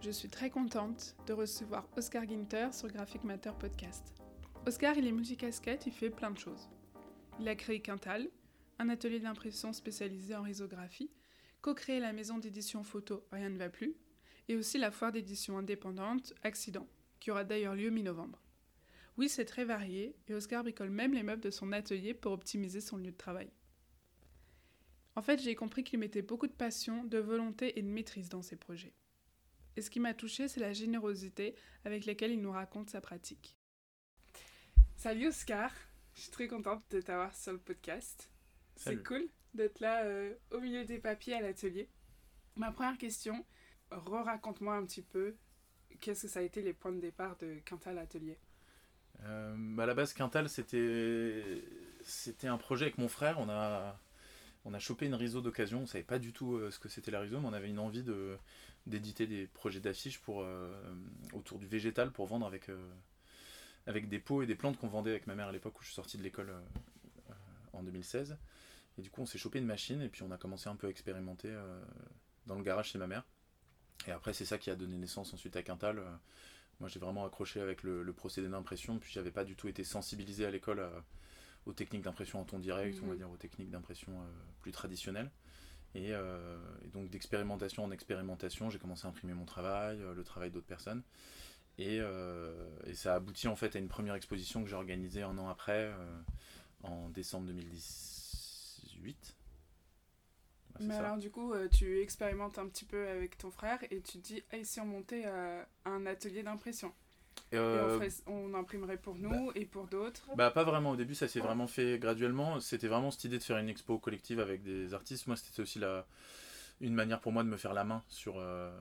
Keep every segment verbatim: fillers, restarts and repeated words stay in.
Je suis très contente de recevoir Oscar Ginter sur Graphic Matter Podcast. Oscar, il est multicasquette, il fait plein de choses. Il a créé Quintal, un atelier d'impression spécialisé en risographie, co-créé la maison d'édition photo Rien ne va plus, et aussi la foire d'édition indépendante Accident, qui aura d'ailleurs lieu mi-novembre. Oui, c'est très varié, et Oscar bricole même les meubles de son atelier pour optimiser son lieu de travail. En fait, j'ai compris qu'il mettait beaucoup de passion, de volonté et de maîtrise dans ses projets. Et ce qui m'a touchée, c'est la générosité avec laquelle il nous raconte sa pratique. Salut Oscar, je suis très contente de t'avoir sur le podcast. Salut. C'est cool d'être là euh, au milieu des papiers à l'atelier. Ma première question, re-raconte-moi un petit peu, qu'est-ce que ça a été les points de départ de Quintal Atelier? Euh, bah à la base, Quintal, c'était, c'était un projet avec mon frère. On a, on a chopé une riso d'occasion. On ne savait pas du tout euh, ce que c'était la riso, mais on avait une envie de, d'éditer des projets d'affiches pour, euh, autour du végétal pour vendre avec, euh, avec des pots et des plantes qu'on vendait avec ma mère à l'époque où je suis sorti de l'école euh, en deux mille seize. Et du coup, on s'est chopé une machine et puis on a commencé un peu à expérimenter euh, dans le garage chez ma mère. Et après, c'est ça qui a donné naissance ensuite à Quintal. Euh, Moi, j'ai vraiment accroché avec le, le procédé d'impression, puis j'avais pas du tout été sensibilisé à l'école à, aux techniques d'impression en ton direct, mmh. on va dire aux techniques d'impression euh, plus traditionnelles. Et, euh, et donc d'expérimentation en expérimentation, j'ai commencé à imprimer mon travail, euh, le travail d'autres personnes. Et, euh, et ça a abouti en fait à une première exposition que j'ai organisée un an après, euh, en décembre deux mille dix-huit. Ouais, Mais ça. Alors du coup, euh, tu expérimentes un petit peu avec ton frère et tu te dis, hey, si on montait euh, un atelier d'impression euh, et on, ferait, on imprimerait pour nous bah, et pour d'autres. Bah pas vraiment, au début ça s'est vraiment fait graduellement, c'était vraiment cette idée de faire une expo collective avec des artistes. Moi c'était aussi la, une manière pour moi de me faire la main sur, euh,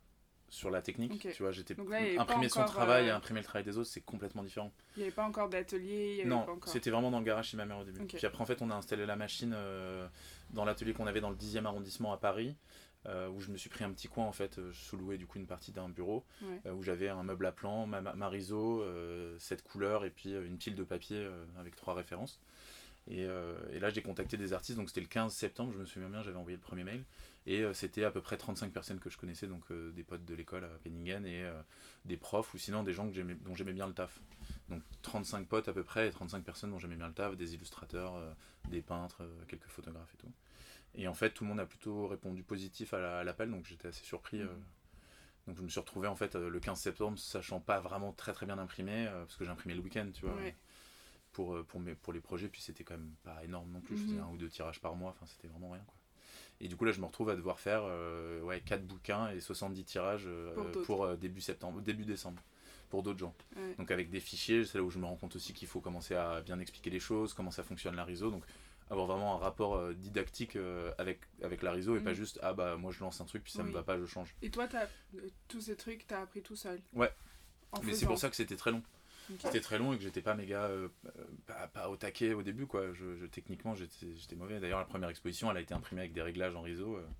sur la technique, okay. Tu vois, j'étais là, imprimer son encore, travail euh... et imprimer le travail des autres, c'est complètement différent. Il n'y avait pas encore d'atelier. Non, pas encore... c'était vraiment dans le garage chez ma mère au début. Okay. Puis après en fait on a installé la machine euh, dans l'atelier qu'on avait dans le dixième arrondissement à Paris. Euh, où je me suis pris un petit coin en fait, je sous-louais du coup une partie d'un bureau ouais. euh, où j'avais un meuble à plan, ma, ma riso, euh, sept couleurs et puis euh, une pile de papier euh, avec trois références. Et, euh, et là j'ai contacté des artistes, donc c'était le quinze septembre, je me souviens bien, j'avais envoyé le premier mail et euh, c'était à peu près trente-cinq personnes que je connaissais, donc euh, des potes de l'école à Penningen et euh, des profs ou sinon des gens que j'aimais, dont j'aimais bien le taf. Donc trente-cinq potes à peu près et trente-cinq personnes dont j'aimais bien le taf, des illustrateurs, euh, des peintres, euh, quelques photographes et tout. Et en fait, tout le monde a plutôt répondu positif à, la, à l'appel, donc j'étais assez surpris. Euh, donc je me suis retrouvé en fait le quinze septembre, sachant pas vraiment très très bien imprimer, euh, parce que j'imprimais le week-end, tu vois, ouais. pour, pour, mes, pour les projets, puis c'était quand même pas énorme non plus, mm-hmm. je faisais un ou deux tirages par mois, enfin c'était vraiment rien, quoi. Et du coup là, je me retrouve à devoir faire euh, ouais, quatre bouquins et soixante-dix tirages euh, pour, pour euh, début septembre, début décembre, pour d'autres gens. Ouais. Donc avec des fichiers, c'est là où je me rends compte aussi qu'il faut commencer à bien expliquer les choses, comment ça fonctionne la riso, donc avoir vraiment un rapport euh, didactique euh, avec, avec la riso et mmh. pas juste ah bah moi je lance un truc puis ça oui. me va pas je change. Et toi t'as, euh, tous ces trucs t'as appris tout seul? Ouais, mais c'est pour ça que c'était très long. Okay. C'était très long et que j'étais pas méga euh, pas, pas au taquet au début quoi. Je, je, techniquement j'étais, j'étais mauvais. D'ailleurs la première exposition elle a été imprimée avec des réglages en riso euh,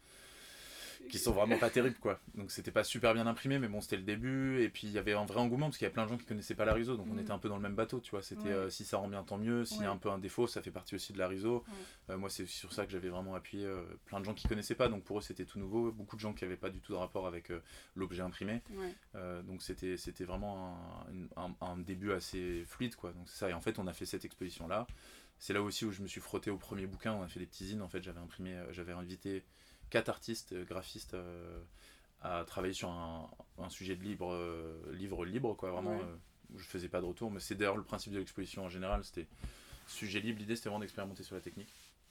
qui sont vraiment pas terribles quoi. Donc c'était pas super bien imprimé mais bon c'était le début et puis il y avait un vrai engouement parce qu'il y a plein de gens qui connaissaient pas la riso donc mmh. on était un peu dans le même bateau tu vois. C'était ouais. euh, si ça rend bien tant mieux, s'il ouais. y a un peu un défaut ça fait partie aussi de la riso. Ouais. Euh, moi c'est sur ça que j'avais vraiment appuyé euh, plein de gens qui connaissaient pas donc pour eux c'était tout nouveau, beaucoup de gens qui avaient pas du tout de rapport avec euh, l'objet imprimé. Ouais. Euh, donc c'était c'était vraiment un, un, un début assez fluide quoi. Donc c'est ça et en fait on a fait cette exposition là. C'est là aussi où je me suis frotté au premier bouquin, on a fait des petits zines en fait, j'avais imprimé euh, j'avais invité quatre artistes euh, graphistes euh, à travailler sur un, un sujet de libre, euh, livre libre, quoi, vraiment, ouais. euh, je faisais pas de retour, mais c'est d'ailleurs le principe de l'exposition en général, c'était sujet libre, l'idée c'était vraiment d'expérimenter sur la technique.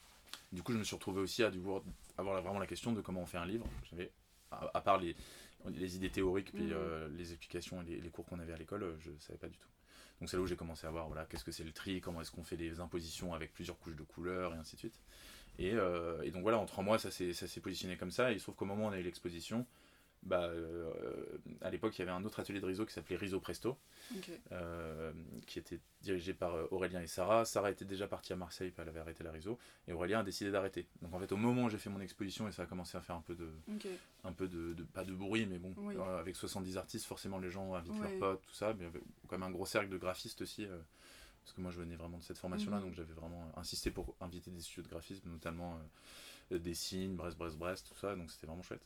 Du coup, je me suis retrouvé aussi à devoir avoir vraiment la question de comment on fait un livre. J'avais, à, à part les, les idées théoriques, puis mmh. euh, les explications et les, les cours qu'on avait à l'école, je savais pas du tout. Donc c'est là où j'ai commencé à voir, voilà, qu'est-ce que c'est le tri, comment est-ce qu'on fait des impositions avec plusieurs couches de couleurs, et ainsi de suite. Et, euh, et donc voilà, en trois mois, ça s'est, ça s'est positionné comme ça. Et il se trouve qu'au moment où on a eu l'exposition, bah, euh, à l'époque, il y avait un autre atelier de riso qui s'appelait Riso Presto, okay. euh, qui était dirigé par Aurélien et Sarah. Sarah était déjà partie à Marseille, puis elle avait arrêté la riso. Et Aurélien a décidé d'arrêter. Donc en fait, au moment où j'ai fait mon exposition, et ça a commencé à faire un peu de, okay. un peu de, de pas de bruit, mais bon, oui. euh, avec soixante-dix artistes, forcément les gens invitent oui. leurs potes, tout ça. Mais il y avait quand même un gros cercle de graphistes aussi. Euh, parce que moi je venais vraiment de cette formation là mmh. donc j'avais vraiment insisté pour inviter des studios de graphisme notamment euh, Dessine, Brest, Brest, Brest, tout ça donc c'était vraiment chouette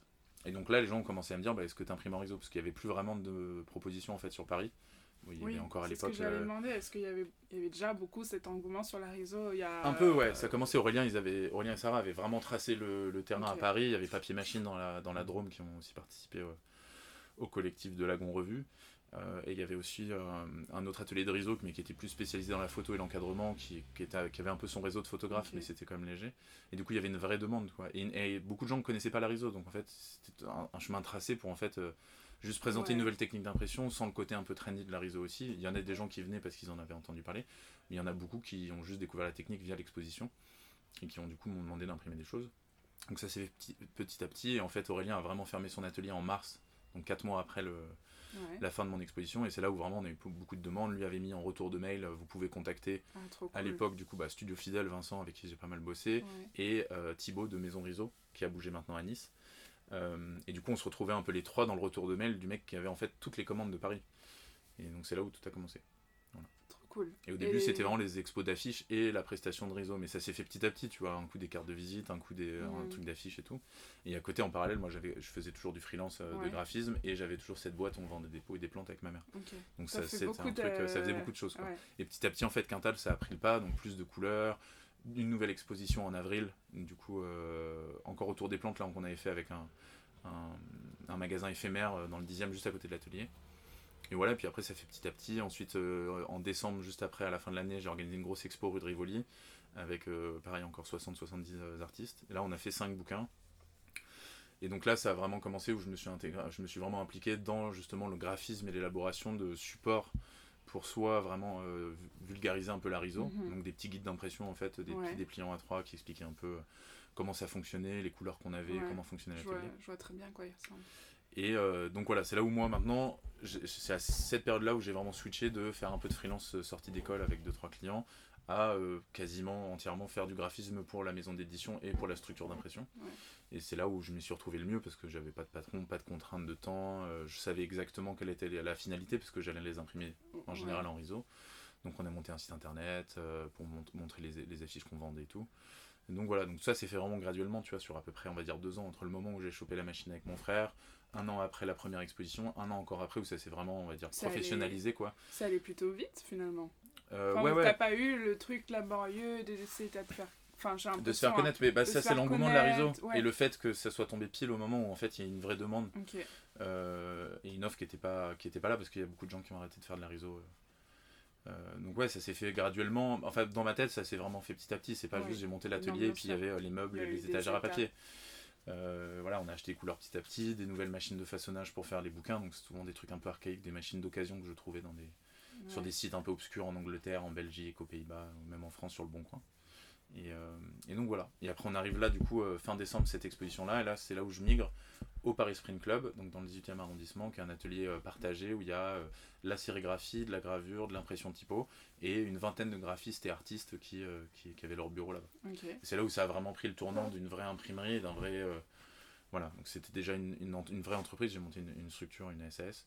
Et donc là, les gens ont commencé à me dire, bah, est-ce que tu imprimes en réseau? Parce qu'il n'y avait plus vraiment de propositions en fait sur Paris. Il y oui, avait encore à c'est l'époque. Ce que j'allais euh... demander, est-ce qu'il y avait, il y avait déjà beaucoup cet engouement sur la réseau il y a... Un peu, ouais. Ça commençait. Aurélien, ils avaient, Aurélien et Sarah avaient vraiment tracé le, le terrain okay. à Paris. Il y avait Papier Machine dans la, dans la Drôme qui ont aussi participé euh, au collectif de Lagon Revue. Euh, et il y avait aussi euh, un autre atelier de réseau, mais qui était plus spécialisé dans la photo et l'encadrement, qui, qui, était, qui avait un peu son réseau de photographes, okay. mais c'était quand même léger. Et du coup, il y avait une vraie demande, quoi. Et, et beaucoup de gens ne connaissaient pas la réseau, donc en fait, c'était un, un chemin tracé pour en fait euh, juste présenter ouais. une nouvelle technique d'impression, sans le côté un peu trendy de la réseau aussi. Il y en a des gens qui venaient parce qu'ils en avaient entendu parler, mais il y en a beaucoup qui ont juste découvert la technique via l'exposition, et qui ont du coup m'ont demandé d'imprimer des choses. Donc ça s'est fait petit, petit à petit, et en fait, Aurélien a vraiment fermé son atelier en mars, donc quatre mois après le... Ouais. la fin de mon exposition, et c'est là où vraiment on a eu beaucoup de demandes. Lui avait mis en retour de mail, vous pouvez contacter ah, cool. à l'époque du coup bah, Studio Fidèle, Vincent avec qui j'ai pas mal bossé, ouais. et euh, Thibaut de Maison Riso qui a bougé maintenant à Nice, euh, et du coup on se retrouvait un peu les trois dans le retour de mail du mec qui avait en fait toutes les commandes de Paris, et donc c'est là où tout a commencé. Voilà. Cool. Et au début, et... c'était vraiment les expos d'affiches et la prestation de réseau, mais ça s'est fait petit à petit, tu vois, un coup des cartes de visite, un coup des mmh. un truc d'affiches et tout. Et à côté, en parallèle, moi, j'avais, je faisais toujours du freelance euh, ouais. de graphisme, et j'avais toujours cette boîte où on vendait des pots et des plantes avec ma mère. Okay. Donc ça, c'est un de... truc, ça faisait beaucoup de choses, quoi. Ouais. Et petit à petit, en fait, Quintal, ça a pris le pas, donc plus de couleurs, une nouvelle exposition en avril, du coup, euh, encore autour des plantes, là, qu'on avait fait avec un, un, un magasin éphémère dans le dixième, juste à côté de l'atelier. Et voilà, puis après ça fait petit à petit. Ensuite, euh, en décembre, juste après, à la fin de l'année, j'ai organisé une grosse expo rue de Rivoli, avec euh, pareil encore soixante à soixante-dix euh, artistes. Et là, on a fait cinq bouquins. Et donc là, ça a vraiment commencé où je me suis intégré, je me suis vraiment impliqué dans justement le graphisme et l'élaboration de supports pour soit vraiment euh, vulgariser un peu la réseau, mm-hmm. donc des petits guides d'impression en fait, des ouais. petits dépliants A trois qui expliquaient un peu comment ça fonctionnait, les couleurs qu'on avait, ouais. comment fonctionnait l'atelier. Je vois, je vois très bien quoi il ressemble. Et euh, donc voilà, c'est là où moi maintenant, c'est à cette période-là où j'ai vraiment switché de faire un peu de freelance sortie d'école avec deux trois clients à euh, quasiment entièrement faire du graphisme pour la maison d'édition et pour la structure d'impression. Ouais. Et c'est là où je m'y suis retrouvé le mieux parce que j'avais pas de patron, pas de contraintes de temps, euh, je savais exactement quelle était la finalité parce que j'allais les imprimer en général ouais. en réseau. Donc on a monté un site internet euh, pour mont- montrer les, les affiches qu'on vendait et tout. Et donc voilà, donc ça s'est fait vraiment graduellement, tu vois, sur à peu près on va dire deux ans entre le moment où j'ai chopé la machine avec mon frère, un an après la première exposition, un an encore après où ça s'est vraiment, on va dire, ça professionnalisé allait... quoi. Ça allait plutôt vite finalement. Euh, enfin, ouais, ouais. T'as pas eu le truc laborieux d'essayer de te faire, enfin j'ai de se faire connaître, mais bah, ça c'est l'engouement de la réseau ouais. et le fait que ça soit tombé pile au moment où en fait il y a une vraie demande okay. euh, et une offre qui était pas qui était pas là parce qu'il y a beaucoup de gens qui ont arrêté de faire de la réseau. Euh, donc ouais, ça s'est fait graduellement. Enfin, dans ma tête, ça s'est vraiment fait petit à petit. C'est pas ouais. juste j'ai monté l'atelier et puis il y avait euh, les meubles, les, les étagères à papier. Euh, voilà, on a acheté les couleurs petit à petit, des nouvelles machines de façonnage pour faire les bouquins. Donc c'est souvent des trucs un peu archaïques, des machines d'occasion que je trouvais dans des ouais. sur des sites un peu obscurs en Angleterre, en Belgique, aux Pays-Bas, ou même en France sur le Bon Coin. Et, euh, et donc voilà. Et après on arrive là du coup euh, fin décembre cette exposition là. Et là c'est là où je migre au Paris Sprint Club, donc dans le dix-huitième arrondissement, qui est un atelier euh, partagé où il y a euh, la sérigraphie, de la gravure, de l'impression typo et une vingtaine de graphistes et artistes qui, euh, qui, qui avaient leur bureau là-bas. Okay. Et c'est là où ça a vraiment pris le tournant d'une vraie imprimerie, d'un vrai euh, voilà. Donc c'était déjà une, une, une vraie entreprise. J'ai monté une, une structure, une S A S.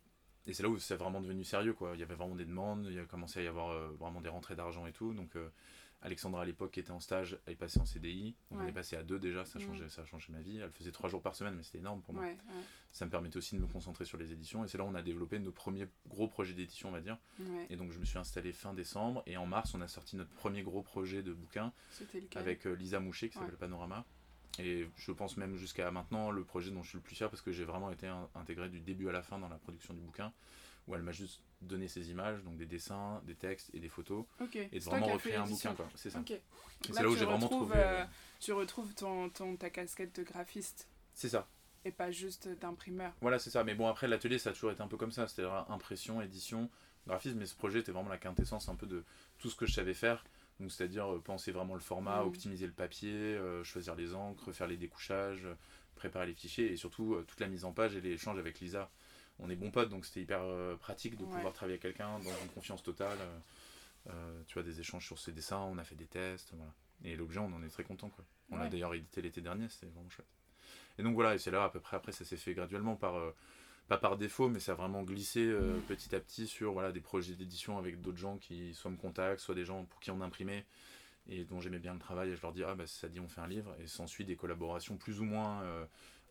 Et c'est là où c'est vraiment devenu sérieux quoi. Il y avait vraiment des demandes, il y a commencé à y avoir euh, vraiment des rentrées d'argent et tout. Donc euh, Alexandra à l'époque qui était en stage, elle est passée en C D I, donc ouais. on est passé à deux déjà, ça a, changé, mmh. ça a changé ma vie. Elle faisait trois jours par semaine mais c'était énorme pour moi. Ouais, ouais. Ça me permettait aussi de me concentrer sur les éditions et c'est là où on a développé nos premiers gros projets d'édition on va dire. Ouais. Et donc je me suis installé fin décembre et en mars on a sorti notre premier gros projet de bouquin avec euh, Lisa Moucher qui ouais. s'appelle Panorama. Et je pense même jusqu'à maintenant le projet dont je suis le plus fier parce que j'ai vraiment été un, intégré du début à la fin dans la production du bouquin où elle m'a juste donné ses images, donc des dessins, des textes et des photos, okay. et de vraiment recréer un bouquin quoi. C'est ça. Okay. C'est là, là où j'ai vraiment trouvé. Euh, tu retrouves ton, ton, ta casquette de graphiste. C'est ça. Et pas juste d'imprimeur. Voilà, c'est ça. Mais bon, après l'atelier, ça a toujours été un peu comme ça, c'est-à-dire impression, édition, graphisme. Mais ce projet était vraiment la quintessence un peu de tout ce que je savais faire. Donc c'est-à-dire euh, penser vraiment le format, mmh. optimiser le papier, euh, choisir les encres, faire les découchages, préparer les fichiers et surtout euh, toute la mise en page et les échanges avec Lisa. On est bons potes, donc c'était hyper euh, pratique de ouais. pouvoir travailler avec quelqu'un dans une confiance totale. Euh, euh, tu vois, des échanges sur ses dessins, on a fait des tests, voilà. Et l'objet, on en est très content, quoi. On l'a ouais. d'ailleurs édité l'été dernier, c'était vraiment chouette. Et donc voilà, et c'est là à peu près après, ça s'est fait graduellement par, euh, pas par défaut, mais ça a vraiment glissé euh, mmh. petit à petit sur voilà des projets d'édition avec d'autres gens qui soit me contactent, soit des gens pour qui on imprimait et dont j'aimais bien le travail. Et je leur dis ah bah ça dit on fait un livre, et s'ensuit des collaborations plus ou moins euh,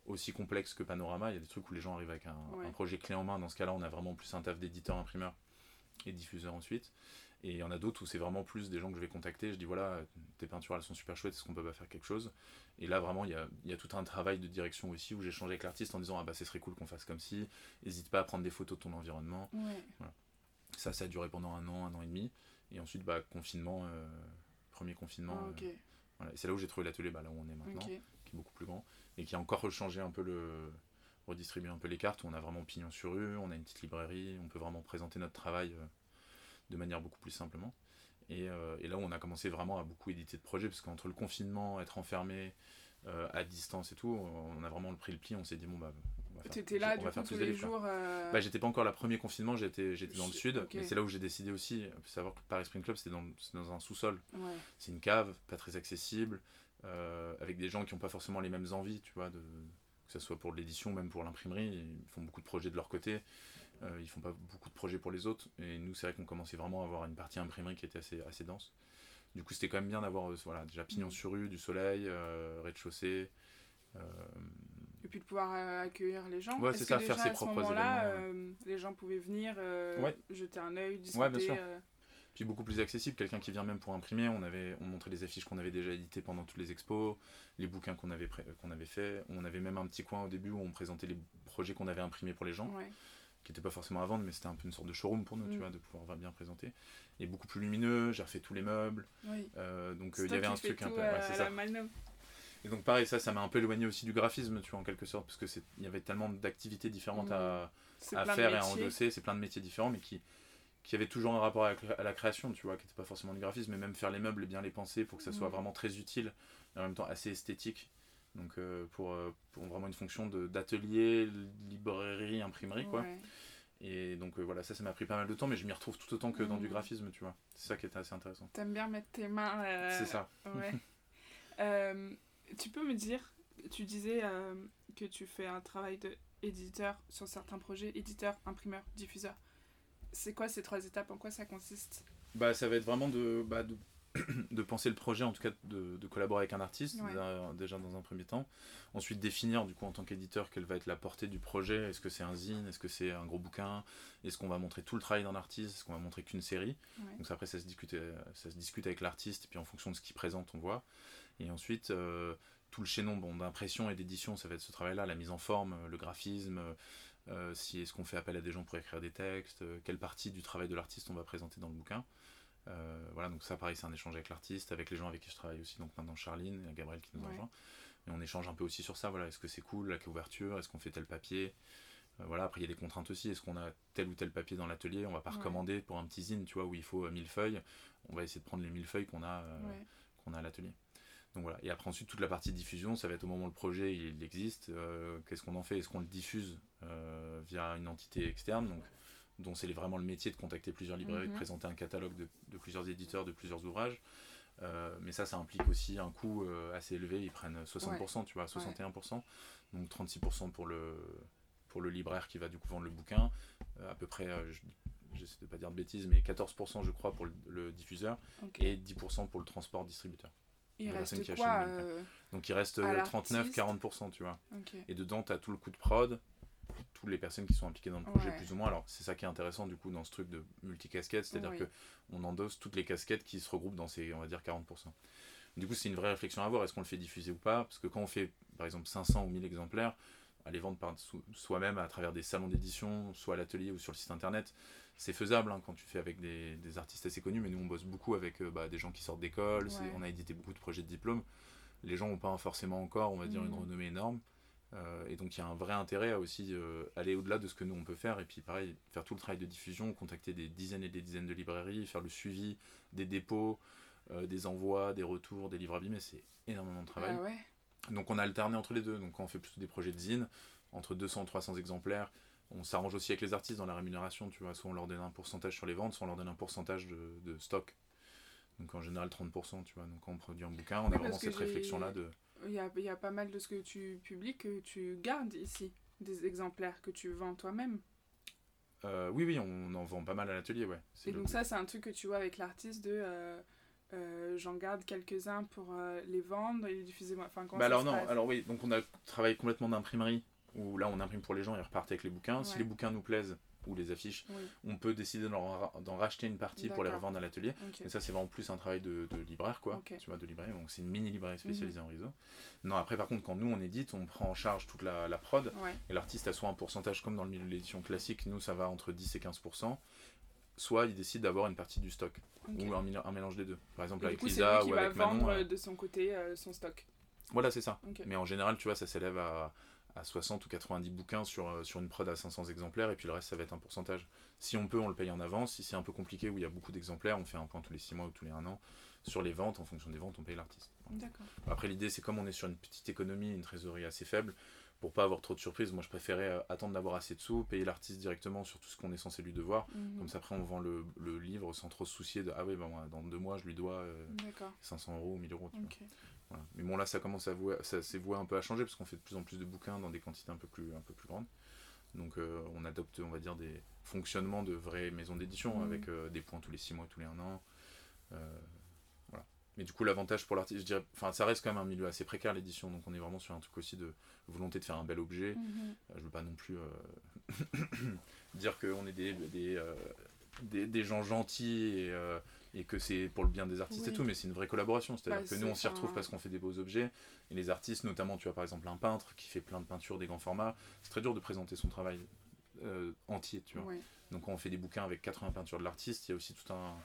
aussi complexe que Panorama. Il y a des trucs où les gens arrivent avec un, ouais. un projet clé en main. Dans ce cas-là, on a vraiment plus un taf d'éditeur, imprimeur et diffuseur ensuite. Et il y en a d'autres où c'est vraiment plus des gens que je vais contacter. Je dis voilà, tes peintures elles sont super chouettes, est-ce qu'on peut pas faire quelque chose? Et là vraiment il y a, il y a tout un travail de direction aussi où j'échange avec l'artiste en disant ah bah ce serait cool qu'on fasse comme ci, n'hésite pas à prendre des photos de ton environnement. Ouais. Voilà. Ça, ça a duré pendant un an, un an et demi. Et ensuite, bah, confinement, euh, premier confinement. Ah, okay. euh, voilà. Et c'est là où j'ai trouvé l'atelier, bah, là où on est maintenant, Okay. qui est beaucoup plus grand. Et qui a encore changé un peu le. Redistribué un peu les cartes, où on a vraiment pignon sur rue, on a une petite librairie, on peut vraiment présenter notre travail euh, de manière beaucoup plus simplement. Et, euh, et là où on a commencé vraiment à beaucoup éditer de projets, parce qu'entre le confinement, être enfermé euh, à distance et tout, on a vraiment pris le pli, on s'est dit bon bah. Tu étais là du coup tous les jours euh... bah, j'étais pas encore là, premier confinement, j'étais, j'étais dans le sud, okay. mais c'est là où j'ai décidé aussi, il faut savoir que Paris Spring Club c'était dans, c'est dans un sous-sol, ouais. C'est une cave, pas très accessible, euh, avec des gens qui n'ont pas forcément les mêmes envies, tu vois, de, que ce soit pour l'édition, même pour l'imprimerie, ils font beaucoup de projets de leur côté, euh, ils font pas beaucoup de projets pour les autres, et nous c'est vrai qu'on commençait vraiment à avoir une partie imprimerie qui était assez, assez dense. Du coup c'était quand même bien d'avoir euh, voilà, déjà pignon sur rue, du soleil, euh, rez-de-chaussée, euh, et puis de pouvoir euh, accueillir les gens. Ouais, Est-ce c'est que ça, déjà, faire ses à ce propres moment-là, événements. Euh, les gens pouvaient venir euh, ouais. jeter un œil, discuter. Ouais, bien sûr. Euh... Puis beaucoup plus accessible, quelqu'un qui vient même pour imprimer, on, avait, on montrait les affiches qu'on avait déjà éditées pendant toutes les expos, les bouquins qu'on avait, pré- qu'on avait fait, on avait même un petit coin au début où on présentait les projets qu'on avait imprimés pour les gens, ouais. qui n'étaient pas forcément à vendre, mais c'était un peu une sorte de showroom pour nous, mm. tu vois, de pouvoir bien présenter. Et beaucoup plus lumineux, j'ai refait tous les meubles, oui. euh, donc il euh, y avait un truc un peu... Ouais, c'est ça. Mano. Et donc pareil, ça, ça m'a un peu éloigné aussi du graphisme, tu vois, en quelque sorte, parce que c'est, il y avait tellement d'activités différentes mmh. à, à faire et à endosser, c'est plein de métiers différents, mais qui, qui avaient toujours un rapport à la, à la création, tu vois, qui n'était pas forcément du graphisme, mais même faire les meubles et bien les penser pour que ça soit mmh. vraiment très utile, et en même temps assez esthétique, donc euh, pour, pour vraiment une fonction de, d'atelier, librairie, imprimerie, quoi. Ouais. Et donc euh, voilà, ça, ça m'a pris pas mal de temps, mais je m'y retrouve tout autant que mmh. dans du graphisme, tu vois. C'est ça qui était assez intéressant. T'aimes bien mettre tes mains... Euh... C'est ça. Ouais. euh... Tu peux me dire, tu disais euh, que tu fais un travail d'éditeur sur certains projets, éditeur, imprimeur, diffuseur. C'est quoi ces trois étapes? En quoi ça consiste? Bah, ça va être vraiment de, bah, de, de penser le projet, en tout cas de, de collaborer avec un artiste, ouais. déjà, déjà dans un premier temps. Ensuite définir du coup en tant qu'éditeur quelle va être la portée du projet. Est-ce que c'est un zine? Est-ce que c'est un gros bouquin? Est-ce qu'on va montrer tout le travail d'un artiste? Est-ce qu'on va montrer qu'une série? ouais. Donc après ça se, discute, ça se discute avec l'artiste, et puis en fonction de ce qu'il présente, on voit. Et ensuite... Euh, tout le chaînon bon, d'impression et d'édition, ça va être ce travail-là, la mise en forme, le graphisme, euh, si est-ce qu'on fait appel à des gens pour écrire des textes, euh, quelle partie du travail de l'artiste on va présenter dans le bouquin. Euh, voilà, donc ça pareil, c'est un échange avec l'artiste, avec les gens avec qui je travaille aussi, donc maintenant Charline et Gabriel qui nous ouais. rejoint. Et on échange un peu aussi sur ça, voilà, est-ce que c'est cool la couverture, est-ce qu'on fait tel papier, euh, voilà, après il y a des contraintes aussi, est-ce qu'on a tel ou tel papier dans l'atelier, on va pas ouais. recommander pour un petit zine, tu vois, où il faut euh, mille feuilles, on va essayer de prendre les mille feuilles qu'on a, euh, ouais. qu'on a à l'atelier. Donc voilà. Et après ensuite toute la partie diffusion, ça va être au moment où le projet il existe, euh, qu'est-ce qu'on en fait, est-ce qu'on le diffuse euh, via une entité externe, donc, dont c'est vraiment le métier de contacter plusieurs librairies, mm-hmm. de présenter un catalogue de, de plusieurs éditeurs, de plusieurs ouvrages, euh, mais ça ça implique aussi un coût euh, assez élevé, ils prennent soixante pour cent, ouais. tu vois, soixante et un pour cent, ouais. donc trente-six pour cent pour le, pour le libraire qui va du coup vendre le bouquin, euh, à peu près, euh, je, j'essaie de pas dire de bêtises, mais quatorze pour cent je crois pour le, le diffuseur, okay. et dix pour cent pour le transport distributeur. Il reste quoi euh, Donc il reste trente-neuf à quarante pour cent, tu vois. Okay. Et dedans, tu as tout le coût de prod, toutes les personnes qui sont impliquées dans le projet, ouais. plus ou moins. Alors c'est ça qui est intéressant du coup dans ce truc de multicasquette, c'est-à-dire oui. qu'on endosse toutes les casquettes qui se regroupent dans ces, on va dire, quarante pour cent. Du coup, c'est une vraie réflexion à avoir, est-ce qu'on le fait diffuser ou pas? Parce que quand on fait, par exemple, cinq cents ou mille exemplaires, à les vendre par soi-même à travers des salons d'édition, soit à l'atelier ou sur le site internet, c'est faisable hein, quand tu fais avec des, des artistes assez connus, mais nous on bosse beaucoup avec euh, bah, des gens qui sortent d'école, ouais. on a édité beaucoup de projets de diplôme, les gens n'ont pas forcément encore, on va dire, mmh. une renommée énorme, euh, et donc il y a un vrai intérêt à aussi euh, aller au-delà de ce que nous on peut faire, et puis pareil, faire tout le travail de diffusion, contacter des dizaines et des dizaines de librairies, faire le suivi des dépôts, euh, des envois, des retours, des livres abîmés, c'est énormément de travail. Ah ouais. Donc on a alterné entre les deux, donc quand on fait plutôt des projets de zine, entre deux cents et trois cents exemplaires, on s'arrange aussi avec les artistes dans la rémunération, tu vois, soit on leur donne un pourcentage sur les ventes, soit on leur donne un pourcentage de, de stock. Donc en général trente pour cent, tu vois, donc quand on produit un bouquin, on oui, a vraiment cette réflexion-là de... Il y a, il y a pas mal de ce que tu publies que tu gardes ici, des exemplaires que tu vends toi-même. Euh, oui, oui, on en vend pas mal à l'atelier, ouais. C'est et donc but. Ça, c'est un truc que tu vois avec l'artiste de... Euh, euh, j'en garde quelques-uns pour euh, les vendre et les diffuser moi. Enfin, comment bah ça alors se non, passe? alors oui, donc on a travaillé complètement d'imprimerie, où là on imprime pour les gens, ils repartent avec les bouquins. Ouais. Si les bouquins nous plaisent, ou les affiches, Oui. on peut décider d'en, d'en racheter une partie D'accord. pour les revendre à l'atelier. Okay. Mais ça, c'est vraiment plus un travail de, de libraire, quoi. Okay. Tu vois, de librairie. Donc c'est une mini librairie spécialisée mm-hmm. en réseau. Non, après, par contre, quand nous on édite, on prend en charge toute la, la prod. Ouais. Et l'artiste a soit un pourcentage, comme dans le milieu de l'édition classique, nous ça va entre dix et quinze pour cent. Soit il décide d'avoir une partie du stock. Okay. Ou un, un mélange des deux. Par exemple, et avec du coup, Lisa c'est lui qui ou va avec Manon. vendre euh... de son côté euh, son stock. Voilà, c'est ça. Okay. Mais en général, tu vois, ça s'élève à. à soixante ou quatre-vingt-dix bouquins sur, sur une prod à cinq cents exemplaires, et puis le reste ça va être un pourcentage. Si on peut, on le paye en avance. Si c'est un peu compliqué, où il y a beaucoup d'exemplaires, on fait un point tous les six mois ou tous les un an. Sur les ventes, en fonction des ventes, on paye l'artiste. D'accord. Après, l'idée, c'est comme on est sur une petite économie, une trésorerie assez faible, pour pas avoir trop de surprises, moi je préférais attendre d'avoir assez de sous, payer l'artiste directement sur tout ce qu'on est censé lui devoir. Mm-hmm. Comme ça, après, on vend le, le livre sans trop se soucier de ah oui, ben, moi, dans deux mois, je lui dois euh, cinq cents euros ou mille euros. Tu okay. vois. Voilà. Mais bon, là, ça commence à vouer, ça s'est voué un peu à changer parce qu'on fait de plus en plus de bouquins dans des quantités un peu plus, un peu plus grandes. Donc, euh, on adopte, on va dire, des fonctionnements de vraies maisons d'édition mmh. avec euh, des points tous les six mois, tous les un an. Euh, voilà. Mais du coup, l'avantage pour l'artiste, je dirais, enfin, ça reste quand même un milieu assez précaire, l'édition. Donc, on est vraiment sur un truc aussi de volonté de faire un bel objet. Mmh. Euh, je veux pas non plus euh, dire qu'on est des, des, euh, des, des gens gentils et. Euh, et que c'est pour le bien des artistes oui. et tout, mais c'est une vraie collaboration, c'est-à-dire bah, que nous on s'y retrouve un... parce qu'on fait des beaux objets, et les artistes, notamment tu vois par exemple un peintre qui fait plein de peintures des grands formats, c'est très dur de présenter son travail euh, entier, tu vois. Oui. Donc quand on fait des bouquins avec quatre-vingts peintures de l'artiste, il y a aussi tout un...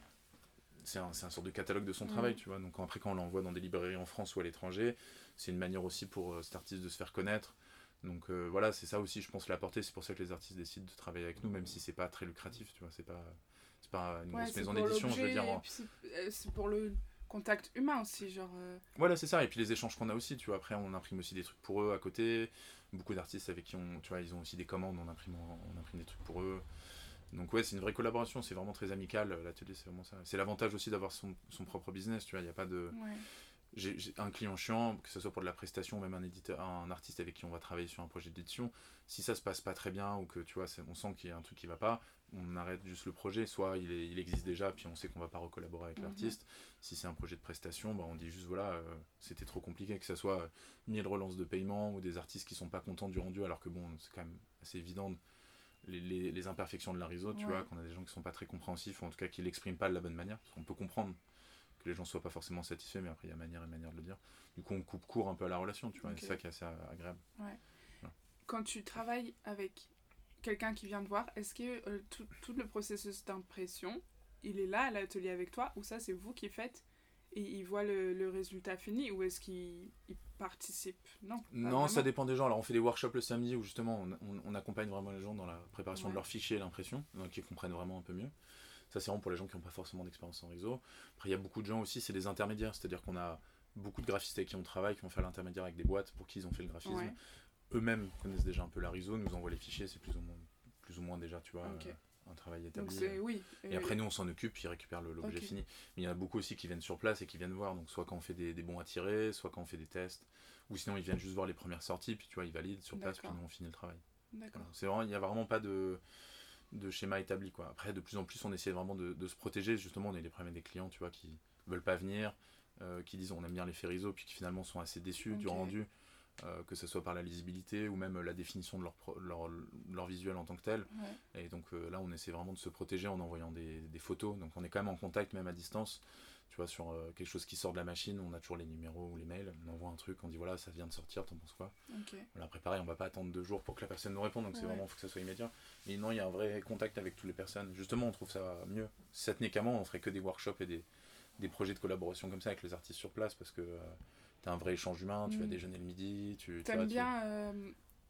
C'est un, c'est un sorte de catalogue de son mmh. travail, tu vois, donc après quand on l'envoie dans des librairies en France ou à l'étranger, c'est une manière aussi pour euh, cet artiste de se faire connaître. Donc euh, voilà, c'est ça aussi je pense la portée, c'est pour ça que les artistes décident de travailler avec nous, même si c'est pas très lucratif, tu vois, c'est pas... c'est pas une grosse ouais, maison d'édition, je veux dire. En... C'est, c'est pour le contact humain aussi, genre. Euh... Voilà, c'est ça. Et puis les échanges qu'on a aussi, tu vois. Après, on imprime aussi des trucs pour eux à côté. Beaucoup d'artistes avec qui on, tu vois, ils ont aussi des commandes, on imprime, on imprime des trucs pour eux. Donc ouais, c'est une vraie collaboration. C'est vraiment très amical. L'atelier, c'est vraiment ça. C'est l'avantage aussi d'avoir son, son propre business, tu vois. Il y a pas de. Ouais. J'ai, j'ai un client chiant, que ce soit pour de la prestation, même un éditeur, un artiste avec qui on va travailler sur un projet d'édition. Si ça se passe pas très bien ou que tu vois, c'est, on sent qu'il y a un truc qui va pas, on arrête juste le projet. Soit il, est, il existe déjà, puis on sait qu'on va pas recollaborer avec mmh. l'artiste. Si c'est un projet de prestation, bah on dit juste voilà, euh, c'était trop compliqué, que ça soit euh, mille relances de paiement ou des artistes qui sont pas contents du rendu, alors que bon, c'est quand même assez évident. Les, les, les imperfections de la R I S O, tu ouais. vois, qu'on a des gens qui sont pas très compréhensifs, ou en tout cas qui l'expriment pas de la bonne manière, parce qu'on peut comprendre que les gens soient pas forcément satisfaits, mais après il y a manière et manière de le dire. Du coup on coupe court un peu à la relation, tu vois, okay. et c'est ça qui est assez agréable. Ouais. Voilà. Quand tu travailles avec quelqu'un qui vient te voir, est-ce que euh, tout, tout le processus d'impression, il est là à l'atelier avec toi, ou ça c'est vous qui faites et il voit le, le résultat fini, ou est-ce qu'il il participe? Non. Non, vraiment. Ça dépend des gens. Alors on fait des workshops le samedi où justement on, on, on accompagne vraiment les gens dans la préparation ouais. de leur fichier et l'impression, donc qu'ils comprennent vraiment un peu mieux. Ça, c'est vraiment pour les gens qui n'ont pas forcément d'expérience en réseau. Après, il y a beaucoup de gens aussi, c'est des intermédiaires. C'est-à-dire qu'on a beaucoup de graphistes avec qui on travaille, qui vont faire l'intermédiaire avec des boîtes pour qui ils ont fait le graphisme. Ouais. Eux-mêmes connaissent déjà un peu la R I S O, nous envoient les fichiers, c'est plus ou moins, plus ou moins déjà, tu vois, okay. euh, un travail établi. Donc c'est, oui, et oui, après, oui. nous, on s'en occupe, puis ils récupèrent le, l'objet okay. fini. Mais il y en a beaucoup aussi qui viennent sur place et qui viennent voir. Donc, soit quand on fait des, des bons à tirer, soit quand on fait des tests, ou sinon, ils viennent juste voir les premières sorties, puis tu vois, ils valident sur place, D'accord. puis nous, on finit le travail. D'accord. Voilà. C'est vraiment, il n'y a vraiment pas de... de schéma établi, quoi. Après, de plus en plus, on essaie vraiment de, de se protéger. Justement, on a des problèmes des clients, tu vois, qui veulent pas venir, euh, qui disent on aime bien les faits R I S O, puis qui finalement sont assez déçus okay. du rendu, euh, que ce soit par la lisibilité ou même la définition de leur, pro- leur, leur visuel en tant que tel. Ouais. Et donc euh, là, on essaie vraiment de se protéger en envoyant des, des photos. Donc on est quand même en contact, même à distance. Tu vois, sur euh, quelque chose qui sort de la machine, on a toujours les numéros ou les mails, on envoie un truc, on dit voilà, ça vient de sortir, t'en penses quoi? Okay. Voilà, après pareil, on va pas attendre deux jours pour que la personne nous réponde, donc ouais. c'est vraiment, faut que ça soit immédiat. Mais non, il y a un vrai contact avec toutes les personnes. Justement, on trouve ça mieux. Si ça tenait qu'à moi, on ferait que des workshops et des, des projets de collaboration comme ça avec les artistes sur place, parce que euh, t'as un vrai échange humain, mmh. tu vas déjeuner le midi, tu... T'aimes tu vois, bien tu... Euh,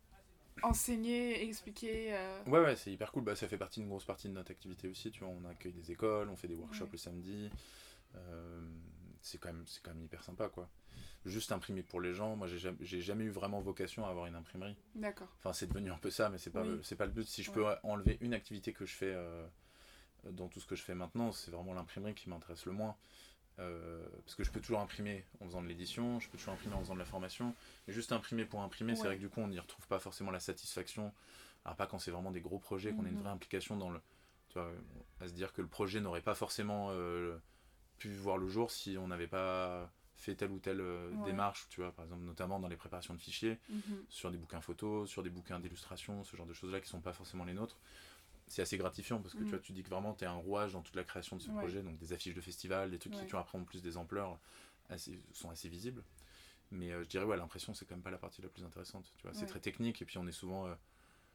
enseigner, expliquer... Euh... Ouais, ouais, c'est hyper cool. Bah, ça fait partie d'une grosse partie de notre activité aussi, tu vois, on accueille des écoles, on fait des workshops ouais. le samedi... Euh, c'est quand même c'est quand même hyper sympa quoi. Juste imprimer pour les gens, moi j'ai jamais, j'ai jamais eu vraiment vocation à avoir une imprimerie. D'accord. Enfin c'est devenu un peu ça, mais c'est pas oui. le, c'est pas le but. Si je ouais. peux enlever une activité que je fais euh, dans tout ce que je fais maintenant, c'est vraiment l'imprimerie qui m'intéresse le moins. Euh, parce que je peux toujours imprimer en faisant de l'édition, je peux toujours imprimer en faisant de la formation, mais juste imprimer pour imprimer, ouais. c'est vrai que du coup on n'y retrouve pas forcément la satisfaction. Alors pas quand c'est vraiment des gros projets, mm-hmm. qu'on a une vraie implication dans le, tu vois, à se dire que le projet n'aurait pas forcément euh, pu voir le jour si on n'avait pas fait telle ou telle euh, ouais. démarche, tu vois, par exemple, notamment dans les préparations de fichiers, mm-hmm. sur des bouquins photos, sur des bouquins d'illustration, ce genre de choses-là qui sont pas forcément les nôtres. C'est assez gratifiant parce que mm. tu vois, tu dis que vraiment tu es un rouage dans toute la création de ce ouais. projet, donc des affiches de festival, des trucs ouais. qui, tu vois, après en plus des ampleurs, assez, sont assez visibles. Mais euh, je dirais, ouais, l'impression, c'est quand même pas la partie la plus intéressante, tu vois, ouais. c'est très technique, et puis on est souvent... Euh,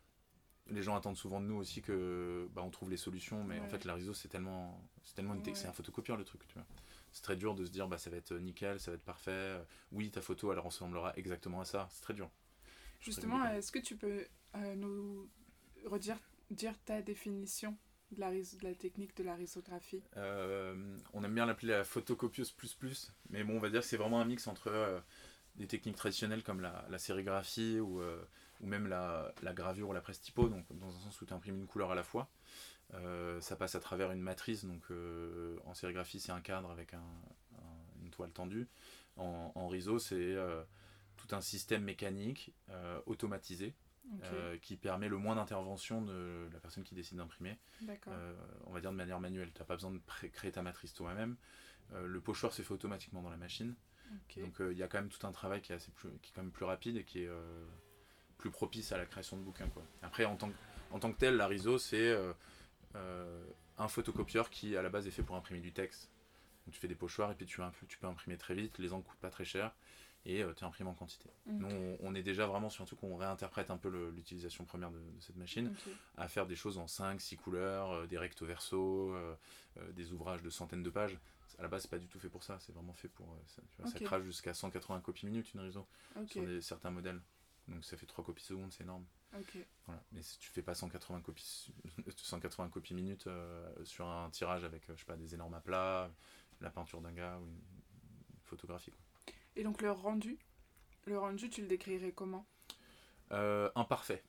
les gens attendent souvent de nous aussi que bah, on trouve les solutions, mais ouais. en fait la R I S O c'est tellement, c'est tellement une te- ouais. c'est un photocopieur le truc, tu vois. C'est très dur de se dire bah ça va être nickel, ça va être parfait. Oui, ta photo elle ressemblera exactement à ça. C'est très dur. Justement, est-ce que tu peux euh, nous redire dire ta définition de la, de la technique de la risographie? euh, On aime bien l'appeler la photocopieuse plus plus, mais bon on va dire que c'est vraiment un mix entre euh, des techniques traditionnelles comme la, la sérigraphie ou euh, ou même la, la gravure ou la presse typo, donc dans un sens où tu imprimes une couleur à la fois. Euh, ça passe à travers une matrice, donc euh, en sérigraphie c'est un cadre avec un, un, une toile tendue. En, en R I S O c'est euh, tout un système mécanique euh, automatisé okay. euh, qui permet le moins d'intervention de la personne qui décide d'imprimer. Euh, on va dire de manière manuelle, tu n'as pas besoin de pré- créer ta matrice toi-même. Euh, le pochoir se fait automatiquement dans la machine. Okay. Donc il euh, y a quand même tout un travail qui est, assez plus, qui est quand même plus rapide et qui est... Euh, plus propice à la création de bouquins, quoi. Après en tant que, en tant que tel la R I S O c'est euh, euh, un photocopieur qui à la base est fait pour imprimer du texte. Donc, tu fais des pochoirs et puis tu, tu peux imprimer très vite, les encres coûtent pas très cher et euh, tu imprimes en quantité. Okay. Nous on, on est déjà vraiment sur un truc où on réinterprète un peu le, l'utilisation première de, de cette machine okay. à faire des choses en cinq, six couleurs, euh, des recto verso, euh, euh, des ouvrages de centaines de pages. À la base c'est pas du tout fait pour ça, c'est vraiment fait pour euh, ça, tu vois, okay. ça crache jusqu'à cent quatre-vingts copies minutes une R I S O okay. sur des, certains modèles. Donc ça fait trois copies secondes, c'est énorme. Okay. Voilà. Mais si tu fais pas cent quatre-vingts copies, cent quatre-vingts copies minutes euh, sur un tirage avec euh, je sais pas, des énormes aplats, la peinture d'un gars ou une, une photographie, quoi. Et donc le rendu, le rendu tu le décrirais comment? euh, Imparfait.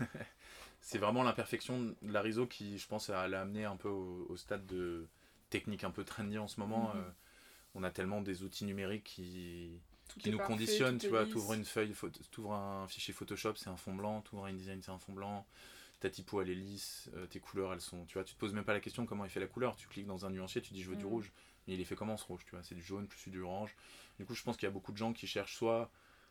C'est vraiment l'imperfection de la R I S O qui, je pense, l'a amené un peu au, au stade de technique un peu trendy en ce moment. Mm-hmm. Euh, on a tellement des outils numériques qui... Tout qui nous parfait, conditionne, tu vois, t'ouvres une feuille, t'ouvres un fichier Photoshop, c'est un fond blanc, t'ouvres un InDesign, c'est un fond blanc, ta typo elle est lisse, euh, tes couleurs elles sont, tu vois, tu te poses même pas la question comment il fait la couleur, tu cliques dans un nuancier, tu dis je veux mmh. du rouge, mais il est fait comment ce rouge, tu vois, c'est du jaune plus du orange. Du coup je pense qu'il y a beaucoup de gens qui cherchent soit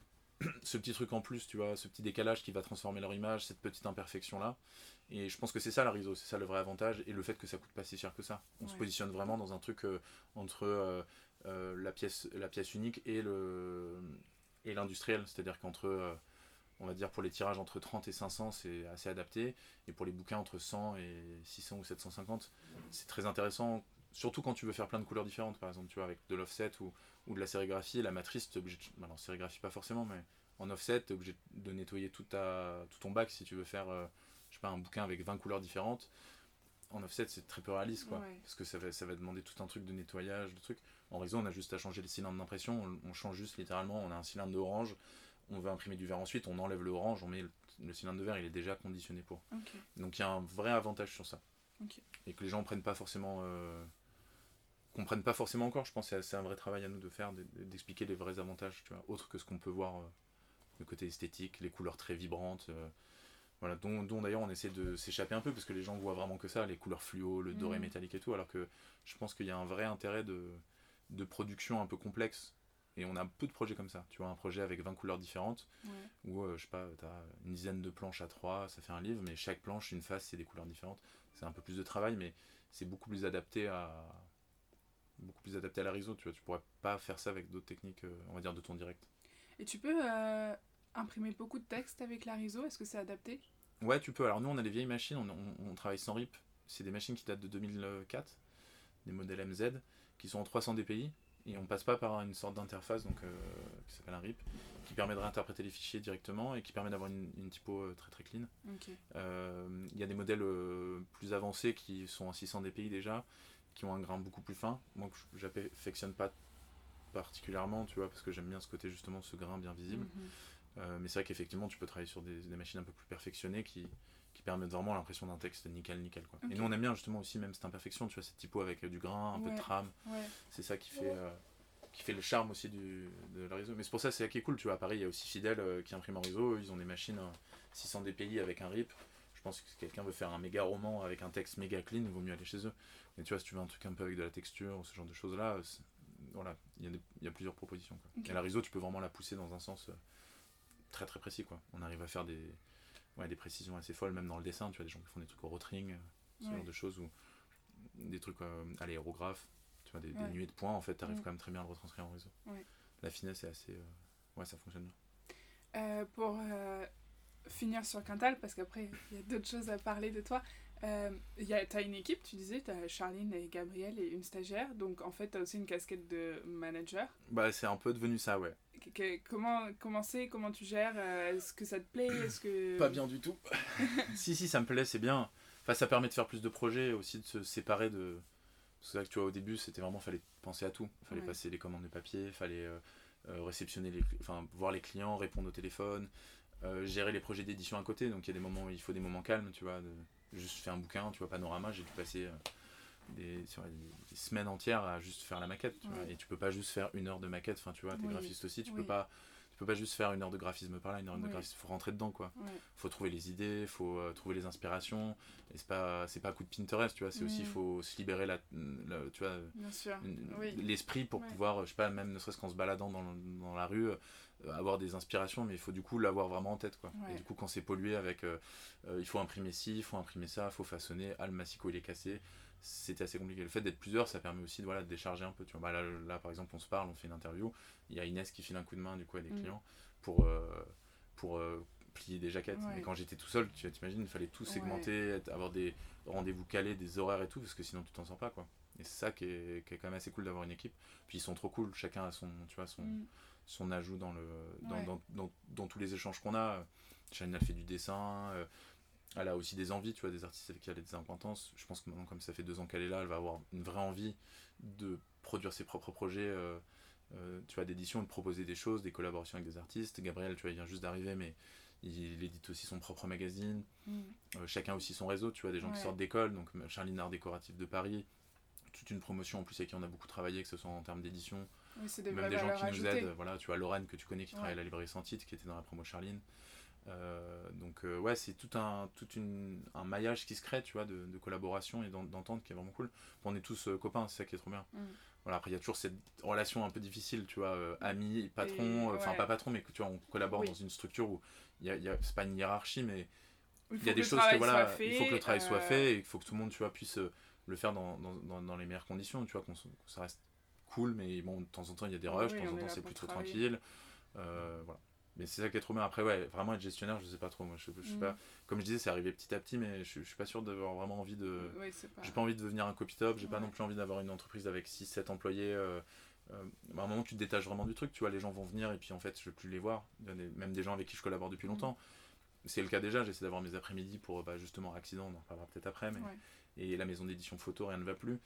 ce petit truc en plus, tu vois, ce petit décalage qui va transformer leur image, cette petite imperfection là, et je pense que c'est ça la R I S O, c'est ça le vrai avantage, et le fait que ça coûte pas si cher que ça. On ouais. se positionne vraiment dans un truc euh, entre euh, Euh, la pièce la pièce unique et le et l'industriel, c'est-à-dire qu'entre euh, on va dire pour les tirages entre trente et cinq cents c'est assez adapté, et pour les bouquins entre cent et six cents ou sept cent cinquante c'est très intéressant, surtout quand tu veux faire plein de couleurs différentes, par exemple, tu vois, avec de l'offset ou, ou de la sérigraphie. La matrice t'es obligé de... alors sérigraphie pas forcément, mais en offset t'es obligé de nettoyer tout, ta... tout ton bac si tu veux faire euh, je sais pas, un bouquin avec vingt couleurs différentes. En offset c'est très peu réaliste, quoi, ouais. parce que ça va, ça va demander tout un truc de nettoyage, de trucs. En R I S O on a juste à changer les cylindres d'impression, on, on change juste littéralement, on a un cylindre d'orange, on veut imprimer du vert ensuite, on enlève le orange, on met le, le cylindre de vert, il est déjà conditionné pour. Okay. Donc il y a un vrai avantage sur ça. Okay. Et que les gens prennent pas forcément euh, comprennent pas forcément encore, je pense que c'est, c'est un vrai travail à nous de faire, de, d'expliquer les vrais avantages, tu vois, autres que ce qu'on peut voir, euh, le côté esthétique, les couleurs très vibrantes, euh, voilà, dont, dont d'ailleurs on essaie de s'échapper un peu parce que les gens voient vraiment que ça, les couleurs fluo, le doré mmh. métallique et tout, alors que je pense qu'il y a un vrai intérêt de, de production un peu complexe, et on a peu de projets comme ça, tu vois, un projet avec vingt couleurs différentes, ouais. où euh, je sais pas, t'as une dizaine de planches à trois, ça fait un livre, mais chaque planche, une face, c'est des couleurs différentes, c'est un peu plus de travail, mais c'est beaucoup plus adapté à beaucoup plus adapté à la R I S O, tu vois, tu pourrais pas faire ça avec d'autres techniques, euh, on va dire, de ton direct. Et tu peux euh, imprimer beaucoup de texte avec la R I S O, est-ce que c'est adapté ? Ouais, tu peux. Alors nous, on a des vieilles machines, on, on, on travaille sans R I P. C'est des machines qui datent de deux mille quatre, des modèles M Z, qui sont en trois cents D P I, et on passe pas par une sorte d'interface donc, euh, qui s'appelle un R I P, qui permet de réinterpréter les fichiers directement et qui permet d'avoir une, une typo euh, très très clean. Il okay. euh, y a des modèles euh, plus avancés qui sont en six cents D P I déjà, qui ont un grain beaucoup plus fin. Moi, que j'affectionne pas particulièrement, tu vois, parce que j'aime bien ce côté, justement, ce grain bien visible. Mm-hmm. Euh, mais c'est vrai qu'effectivement tu peux travailler sur des, des machines un peu plus perfectionnées qui, qui permettent vraiment l'impression d'un texte nickel nickel, quoi. Okay. Et nous on aime bien justement aussi même cette imperfection, tu vois, cette typo avec euh, du grain, un ouais. peu de trame, ouais. c'est ça qui fait, euh, qui fait le charme aussi du, de la R I S O. Mais c'est pour ça c'est ça qui est cool, tu vois. À Paris il y a aussi Fidel euh, qui imprime en R I S O, ils ont des machines euh, six cents D P I avec un R I P. Je pense que si quelqu'un veut faire un méga roman avec un texte méga clean, il vaut mieux aller chez eux. Mais tu vois, si tu veux un truc un peu avec de la texture ou ce genre de choses là, voilà, il y, y a plusieurs propositions, quoi. Okay. Et la R I S O, tu peux vraiment la pousser dans un sens euh, très très précis, quoi. On arrive à faire des, ouais, des précisions assez folles, même dans le dessin. Tu vois, des gens qui font des trucs au rotring, euh, ce ouais. genre de choses, ou des trucs euh, à l'aérographe, tu vois, des, ouais. des nuées de points, en fait, tu arrives mmh. quand même très bien à le retranscrire en R I S O. Ouais. La finesse est assez. Euh, ouais, ça fonctionne bien. Euh, pour euh, finir sur Quintal, parce qu'après, il y a d'autres choses à parler de toi. Euh, tu as une équipe, tu disais, tu as Charline et Gabriel et une stagiaire, donc en fait tu as aussi une casquette de manager. Bah c'est un peu devenu ça, ouais. Que, que, comment comment c'est, comment tu gères, est-ce que ça te plaît, est-ce que... Pas bien du tout. si si ça me plaît, c'est bien. Enfin ça permet de faire plus de projets, aussi de se séparer de... C'est vrai que tu vois au début c'était vraiment, fallait penser à tout. Fallait ouais. passer les commandes de papier, fallait euh, euh, réceptionner les, enfin voir les clients, répondre au téléphone, euh, gérer les projets d'édition à côté, donc il y a des moments où il faut des moments calmes, tu vois, de... juste fait un bouquin, tu vois, Panorama, j'ai dû passer euh, des, des, des semaines entières à juste faire la maquette, tu ouais. vois, et tu peux pas juste faire une heure de maquette, enfin tu vois, t'es oui. graphiste aussi, tu oui. peux pas tu peux pas juste faire une heure de graphisme par là, une heure oui. de graphisme, faut rentrer dedans, quoi. Ouais. Faut trouver les idées, faut euh, trouver les inspirations, et c'est pas c'est pas un coup de Pinterest, tu vois, c'est mmh. aussi faut se libérer la, la tu vois, une, oui. l'esprit pour ouais. pouvoir, je sais pas, même ne serait-ce qu'en se baladant dans, dans la rue, euh, avoir des inspirations, mais il faut du coup l'avoir vraiment en tête, quoi. Ouais. Et du coup quand c'est pollué avec euh, euh, il faut imprimer ci, il faut imprimer ça, il faut façonner, ah le massicot il est cassé, c'était assez compliqué. Le fait d'être plusieurs, ça permet aussi de, voilà, de décharger un peu, tu vois. Bah, là, là par exemple on se parle, on fait une interview, il y a Inès qui file un coup de main du coup à des mmh. clients pour, euh, pour euh, plier des jaquettes. Ouais. Mais quand j'étais tout seul, tu t'imagines, il fallait tout segmenter, ouais. avoir des rendez-vous calés, des horaires et tout, parce que sinon tu t'en sors pas, quoi. Et c'est ça qui est, qui est quand même assez cool d'avoir une équipe. Puis ils sont trop cool, chacun a son, tu vois, son, mmh. son ajout dans, le, dans, ouais. dans, dans, dans tous les échanges qu'on a. Chanel a fait du dessin, euh, elle a aussi des envies, tu vois, des artistes avec qui elle a des acquaintances. Je pense que maintenant, comme ça fait deux ans qu'elle est là, elle va avoir une vraie envie de produire ses propres projets, euh, euh, tu vois, d'édition, de proposer des choses, des collaborations avec des artistes. Gabriel, tu vois, il vient juste d'arriver, mais il, il édite aussi son propre magazine. Mm. Euh, chacun aussi son réseau, tu vois, des gens ouais. qui sortent d'école, donc Charline Art Décoratif de Paris, toute une promotion en plus avec qui on a beaucoup travaillé, que ce soit en termes d'édition, oui, c'est des même des gens qui ajoutées. nous aident. Voilà, tu vois, Lorraine, que tu connais, qui ouais. travaille à la librairie Sans Titre, qui était dans la promo Charline. Euh, donc euh, ouais, c'est tout un tout une, un maillage qui se crée, tu vois, de, de collaboration et d'entente qui est vraiment cool. On est tous euh, copains, c'est ça qui est trop bien. Mm. Voilà, après il y a toujours cette relation un peu difficile, tu vois, euh, amis, patron, enfin euh, ouais. pas patron, mais que tu vois, on collabore oui. dans une structure où il y a, y a c'est pas une hiérarchie, mais il, il y a des choses que voilà, fait, il faut que le travail euh... soit fait et il faut que tout le monde, tu vois, puisse euh, le faire dans, dans, dans, dans les meilleures conditions, tu vois, qu'on, que ça reste cool, mais bon, de temps en temps il y a des rushs, oui, de temps en temps c'est plutôt travailler. tranquille, euh, voilà. Mais c'est ça qui est trop bien. Après, ouais, vraiment être gestionnaire, je sais pas trop. Moi, je, je sais mmh. pas. Comme je disais, c'est arrivé petit à petit, mais je, je suis pas sûr d'avoir vraiment envie de. Ouais, c'est pas... J'ai pas envie de devenir un copy-top. J'ai ouais. pas non plus envie d'avoir une entreprise avec six sept employés. Euh, euh, à un moment, tu te détaches vraiment du truc. Tu vois, les gens vont venir et puis en fait, je veux plus les voir. Il y a des, même des gens avec qui je collabore depuis longtemps. Mmh. C'est le cas déjà. J'essaie d'avoir mes après-midi pour bah, justement accident. On en reparlera peut-être après. Mais... Ouais. Et la maison d'édition photo, rien ne va plus.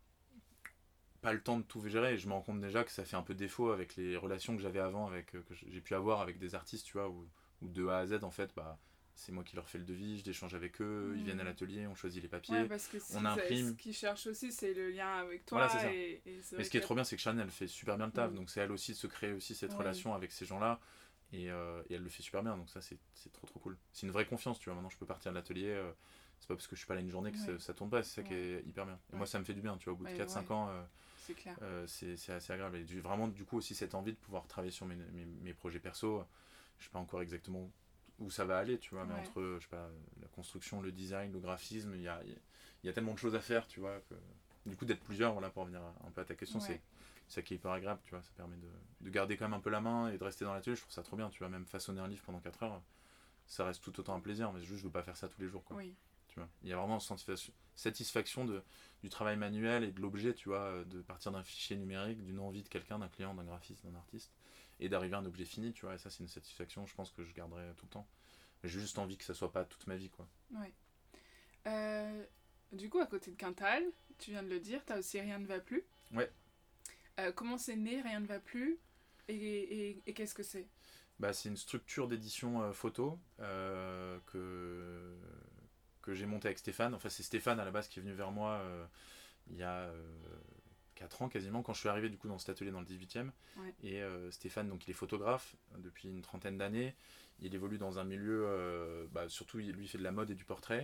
Pas le temps de tout gérer, et je me rends compte déjà que ça fait un peu défaut avec les relations que j'avais avant, avec, euh, que j'ai pu avoir avec des artistes, tu vois, où, où de A à Z, en fait, bah, c'est moi qui leur fais le devis, je d'échange avec eux, mmh. ils viennent à l'atelier, on choisit les papiers, ouais, parce que on imprime. Ce qu'ils cherchent aussi, c'est le lien avec toi. Voilà, c'est ça. Et, et c'est mais ce qui est trop bien, c'est que Chanel fait super bien le taf, mmh. donc c'est elle aussi de se créer aussi cette ouais. relation avec ces gens-là, et, euh, et elle le fait super bien, donc ça, c'est, c'est trop trop cool. C'est une vraie confiance, tu vois, maintenant je peux partir de l'atelier, euh, c'est pas parce que je suis pas là une journée que ouais. ça, ça tourne pas, c'est ça ouais. qui est hyper bien. Et ouais. moi, ça me fait du bien, tu vois, au bout de ouais, quatre cinq ouais. ans. Euh, C'est clair. Euh, c'est, c'est assez agréable. Et du, vraiment, du coup, aussi cette envie de pouvoir travailler sur mes, mes, mes projets perso. Je sais pas encore exactement où ça va aller, tu vois, mais ouais. entre, je sais pas, la construction, le design, le graphisme, il y a, y a tellement de choses à faire, tu vois, que du coup, d'être plusieurs, voilà, pour revenir un peu à ta question, ouais. c'est, c'est ça qui est hyper agréable, tu vois, ça permet de, de garder quand même un peu la main et de rester dans l'atelier. Je trouve ça trop bien, tu vois, même façonner un livre pendant quatre heures, ça reste tout autant un plaisir, mais juste, je veux pas faire ça tous les jours, quoi. Oui. Tu vois, il y a vraiment une satisfaction de, du travail manuel et de l'objet, tu vois, de partir d'un fichier numérique, d'une envie de quelqu'un, d'un client, d'un graphiste, d'un artiste, et d'arriver à un objet fini, tu vois, et ça c'est une satisfaction, je pense que je garderai tout le temps. J'ai juste envie que ça soit pas toute ma vie, quoi. Ouais. Euh, du coup, à côté de Quintal, tu viens de le dire, t'as aussi Rien ne va plus. Ouais. Euh, comment c'est né Rien ne va plus, et, et, et qu'est-ce que c'est ? Bah, c'est une structure d'édition euh, photo euh, que... que j'ai monté avec Stéphane. Enfin, c'est Stéphane à la base qui est venu vers moi euh, il y a euh, quatre ans quasiment, quand je suis arrivé du coup dans cet atelier dans le dix-huitième. Ouais. Et euh, Stéphane, donc il est photographe depuis une trentaine d'années. Il évolue dans un milieu, euh, bah, surtout lui il fait de la mode et du portrait.